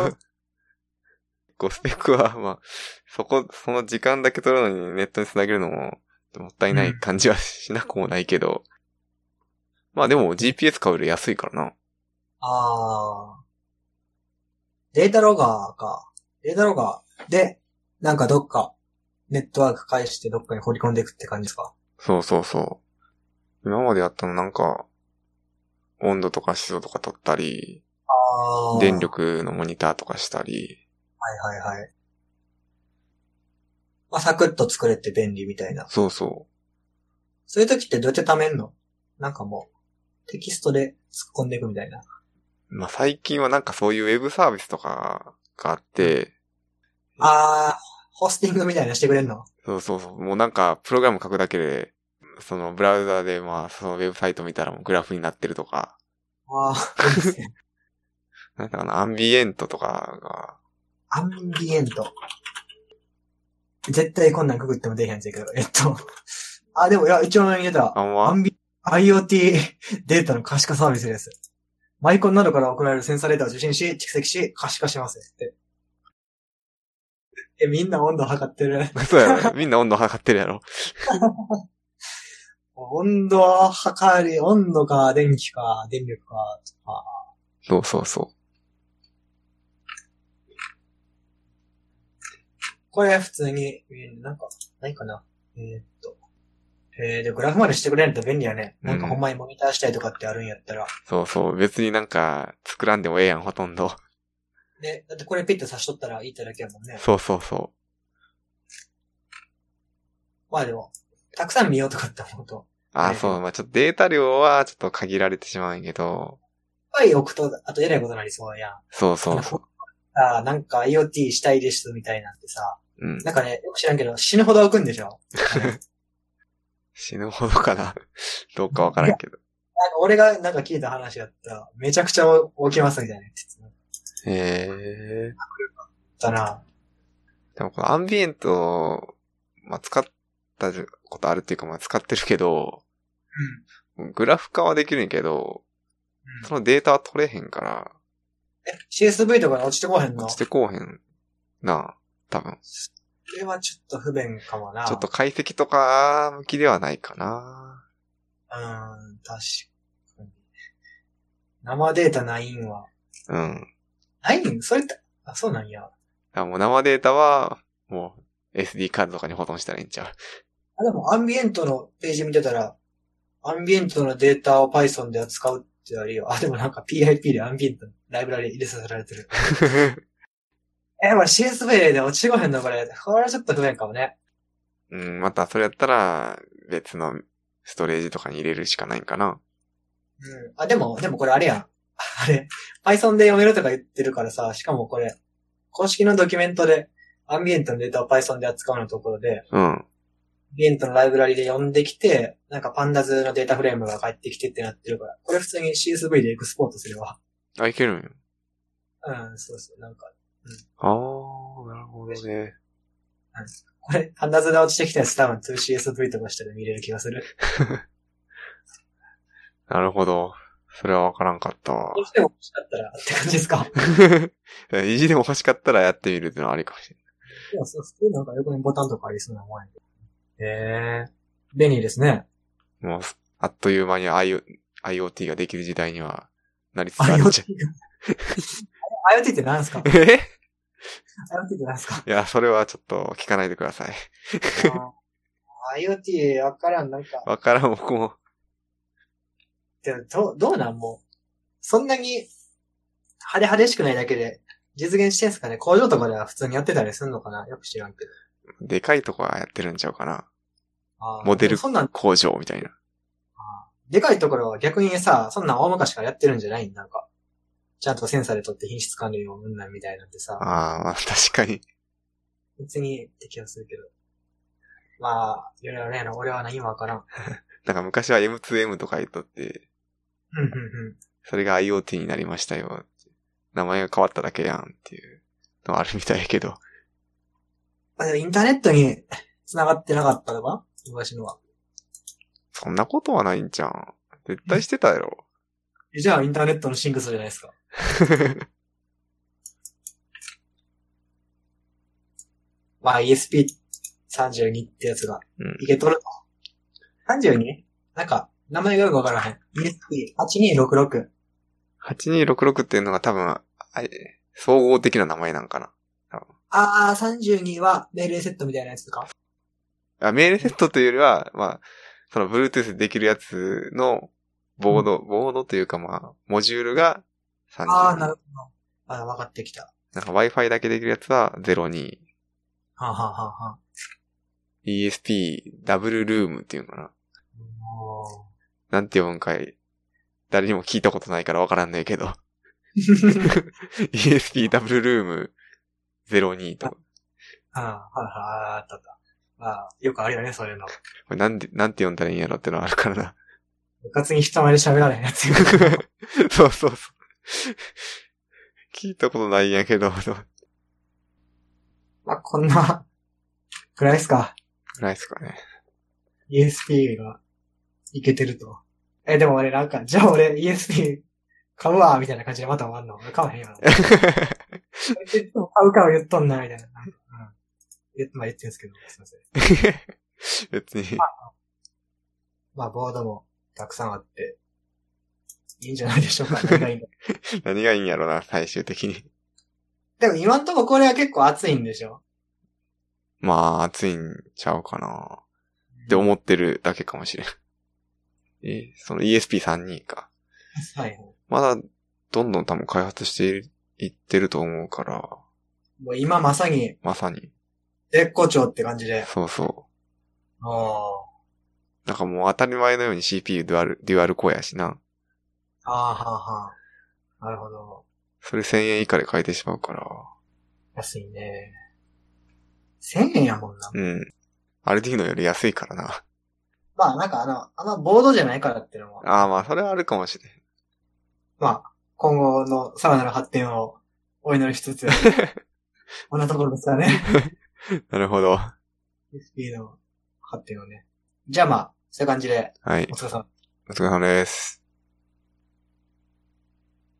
Speaker 2: ゴスペックは、まあ、そこ、その時間だけ取るのにネットにつなげるのも、もったいない感じはしなくもないけど。うん、まあでも ジーピーエス 買うより安いからな。
Speaker 1: ああ。データロガーか。データロガーで、なんかどっか、ネットワーク返してどっかに放り込んでいくって感じですか？
Speaker 2: そうそうそう。今までやったのなんか、温度とか湿度とか取ったり、
Speaker 1: あ
Speaker 2: 電力のモニターとかしたり。
Speaker 1: はいはいはい。まあ、サクッと作れて便利みたいな。
Speaker 2: そうそう。
Speaker 1: そういう時ってどうやって貯めんの？なんかもう、テキストで突っ込んでいくみたいな。
Speaker 2: まあ、最近はなんかそういうウェブサービスとかがあって、
Speaker 1: あー、ホスティングみたいなしてくれんの？
Speaker 2: そうそうそう。もうなんか、プログラム書くだけで、そのブラウザでまあ、そのウェブサイト見たらもうグラフになってるとか。
Speaker 1: あー、いいですね。
Speaker 2: なんだかな、アンビエントとかが。
Speaker 1: アンビエント。絶対こんなんくぐっても出へんやつやけど、えっと。あ、でも、いや、一応見えた。
Speaker 2: ア
Speaker 1: ンビ、IoT データの可視化サービスです。マイコンなどから送られるセンサーデータを受信し、蓄積し、可視化しますって。え、みんな温度測ってる。
Speaker 2: そうやろ。みんな温度測ってるやろ。
Speaker 1: 温度は測り、温度か、電気か、電力か、とか。
Speaker 2: そうそうそう。
Speaker 1: これ普通に、なんか、ないかな。えー、っと。えー、で、グラフまでしてくれると便利やね。なんかほんまにモニターしたいとかってあるんやったら。うん、
Speaker 2: そうそう。別になんか、作らんでもええやん、ほとんど。
Speaker 1: で、だってこれピッと差しとったらいいってだけやもんね。
Speaker 2: そうそうそう。
Speaker 1: まあでも、たくさん見ようとかって思うと。
Speaker 2: ああ、そう。まあちょっとデータ量はちょっと限られてしまうんやけど。
Speaker 1: いっぱい置くと、あとえらいことになりそうやん。
Speaker 2: そうそうそう。
Speaker 1: ああ、なんか IoT したいですみたいなんてさ。
Speaker 2: うん。
Speaker 1: なんかね、よく知らんけど死ぬほど置くんでしょ
Speaker 2: 死ぬほどかな。どうかわからんけど。
Speaker 1: なんか俺がなんか聞いた話やったら、めちゃくちゃ置きますみたいな。
Speaker 2: へえ。
Speaker 1: だな。
Speaker 2: でもこのアンビエント、まあ、使ったことあるっていうか、まあ、使ってるけど、うん、グラフ化はできるんやけど、うん、そのデータは取れへんから。
Speaker 1: え、シーエスブイ とかに落ちてこへんの？
Speaker 2: 落ちてこうへんな、多分。
Speaker 1: それはちょっと不便かもな。
Speaker 2: ちょっと解析とか向きではないかな。
Speaker 1: うん、確かに。生データないんは。
Speaker 2: うん。
Speaker 1: ないん？それって、あ、そうなんや。
Speaker 2: あ、もう生データは、もう エスディー カードとかに保存したらいいんちゃう？
Speaker 1: あ、でもアンビエントのページ見てたら、アンビエントのデータを Python で扱うってあるよ。あ、でもなんか ピーアイピー でアンビエントのライブラリ入れさせられてる。え、これ シーエスブイ で落ちてこへんのこれ。これはちょっと不便かもね。
Speaker 2: うん、またそれやったら別のストレージとかに入れるしかないんかな。
Speaker 1: うん。あ、でも、でもこれあれやん。あれ、Python で読めるとか言ってるからさ、しかもこれ、公式のドキュメントで、アンビエントのデータを Python で扱うのところで、
Speaker 2: うん。
Speaker 1: アンビエントのライブラリで読んできて、なんかパンダズのデータフレームが返ってきてってなってるから、これ普通に シーエスブイ でエクスポートすれば。
Speaker 2: あ、いけるんよ。
Speaker 1: うん、そうそう、なんか。うん、
Speaker 2: あー、なるほどね。うん。
Speaker 1: これ、パンダズで落ちてきたやつ多分 ツーシーエスブイ とかしたら見れる気がする。
Speaker 2: なるほど。それはわからんかったわ。
Speaker 1: どうしても欲しかったらって感じですか？
Speaker 2: 意地でも欲しかったらやってみるっていうのはありかもしれない。
Speaker 1: いや、そう、普通なんか横にボタンとかありそうなもんやけど。へえ。便利ですね。
Speaker 2: もう、あっという間に IoT ができる時代にはなりつつあるんじゃん。
Speaker 1: IoT が。IoT って何ですか？
Speaker 2: え
Speaker 1: IoT って何ですか？
Speaker 2: いや、それはちょっと聞かないでください。
Speaker 1: IoT わからん、なんか。
Speaker 2: わからん、僕も。
Speaker 1: でもど、どうなんもう。そんなに、派手派手しくないだけで、実現してんすかね？工場とかでは普通にやってたりするのかな？よく知らんけど。
Speaker 2: でかいとこはやってるんちゃうかな。
Speaker 1: あ
Speaker 2: モデル
Speaker 1: そんなん
Speaker 2: 工場みたいな。
Speaker 1: でかいところは逆にさ、そんなん大昔からやってるんじゃないん？なんか。ちゃんとセンサーで撮って品質管理をうんなんみたいなんてさ。
Speaker 2: ああ、まあ確かに。
Speaker 1: 別に適用するけど。まあ、いろいろね、俺は何もわからん。
Speaker 2: なんか昔は エムツーエム とか言っとって、
Speaker 1: うんうんうん。
Speaker 2: それが IoT になりましたよ。名前が変わっただけやんっていうのあるみたいやけど。
Speaker 1: あ、でもインターネットに繋がってなかったのか？昔のは。
Speaker 2: そんなことはないんじゃん。絶対してたやろ。
Speaker 1: じゃあインターネットのシンクスじゃないですか。まあ イーエスピーさんじゅうに ってやつが、いけとると。さんじゅうに？ なんか、名前がよくわからへん。イーエスピーはちにーろくろく。
Speaker 2: はちにーろくろくっていうのが多分、あれ総合的な名前なんかな。
Speaker 1: あー、さんじゅうには命令セットみたいなやつか。
Speaker 2: あ、命令セットというよりは、まあ、その Bluetooth できるやつのボード、うん、ボードというかまあ、モジュールがさんじゅうに。
Speaker 1: あー、なるほど。あ、分かってきた。
Speaker 2: なんか Wi-Fi だけできるやつはゼロに。
Speaker 1: はあ、はあははあ、
Speaker 2: イーエスピー ダブルルームっていうのかな。なんて読むんかい。誰にも聞いたことないからわからんないけど。イーエスピー ダブルルームゼロにとか。
Speaker 1: ああ、はいはい、あったあった。まあ、よくあるよね、そういうの。こ
Speaker 2: れなんで、なんて読んだらいいんやろってのはあるからな。
Speaker 1: 部活に人前で喋られへんやつ。
Speaker 2: そうそうそう。聞いたことないんやけど。
Speaker 1: まあ、こんな、くらいですか。
Speaker 2: くらいですかね。
Speaker 1: イーエスピー がいけてると。え、でも俺なんか、じゃあ俺 イーエスピー 買うわ、みたいな感じでまた終わんの。俺買わへんよ。買うかを言っとんな、みたいな。うん。言まあ言ってんすけど、すいません。
Speaker 2: 別に。
Speaker 1: まあ、まあ、ボードもたくさんあって、いいんじゃないでしょうか。何がいいんだ。
Speaker 2: 何がいいんやろな、最終的に。
Speaker 1: でも今んとここれは結構熱いんでしょ？
Speaker 2: まあ、熱いんちゃうかな。って思ってるだけかもしれん。え、その イーエスピーさんじゅうに か。
Speaker 1: はい。
Speaker 2: まだ、どんどん多分開発していってると思うから。
Speaker 1: もう今まさに。
Speaker 2: まさに。
Speaker 1: 絶好調って感じで。
Speaker 2: そうそう。
Speaker 1: ああ。
Speaker 2: なんかもう当たり前のように シーピーユー デュアル、デュアルコアやしな。
Speaker 1: ああ、はあはあ。なるほど。
Speaker 2: それせんえん以下で買えてしまうから。
Speaker 1: 安いね。せんえんやもんな。
Speaker 2: うん。アルディーノより安いからな。
Speaker 1: まあなんかあの、あのボードじゃないからっていうのも。
Speaker 2: ああまあそれはあるかもしれん。
Speaker 1: まあ、今後のさらなる発展をお祈りしつつ、こんなところですかね。
Speaker 2: なるほど。
Speaker 1: エスピー の発展をね。じゃあまあ、そういう感じで。
Speaker 2: はい。
Speaker 1: お疲れ様。
Speaker 2: お疲れ様です。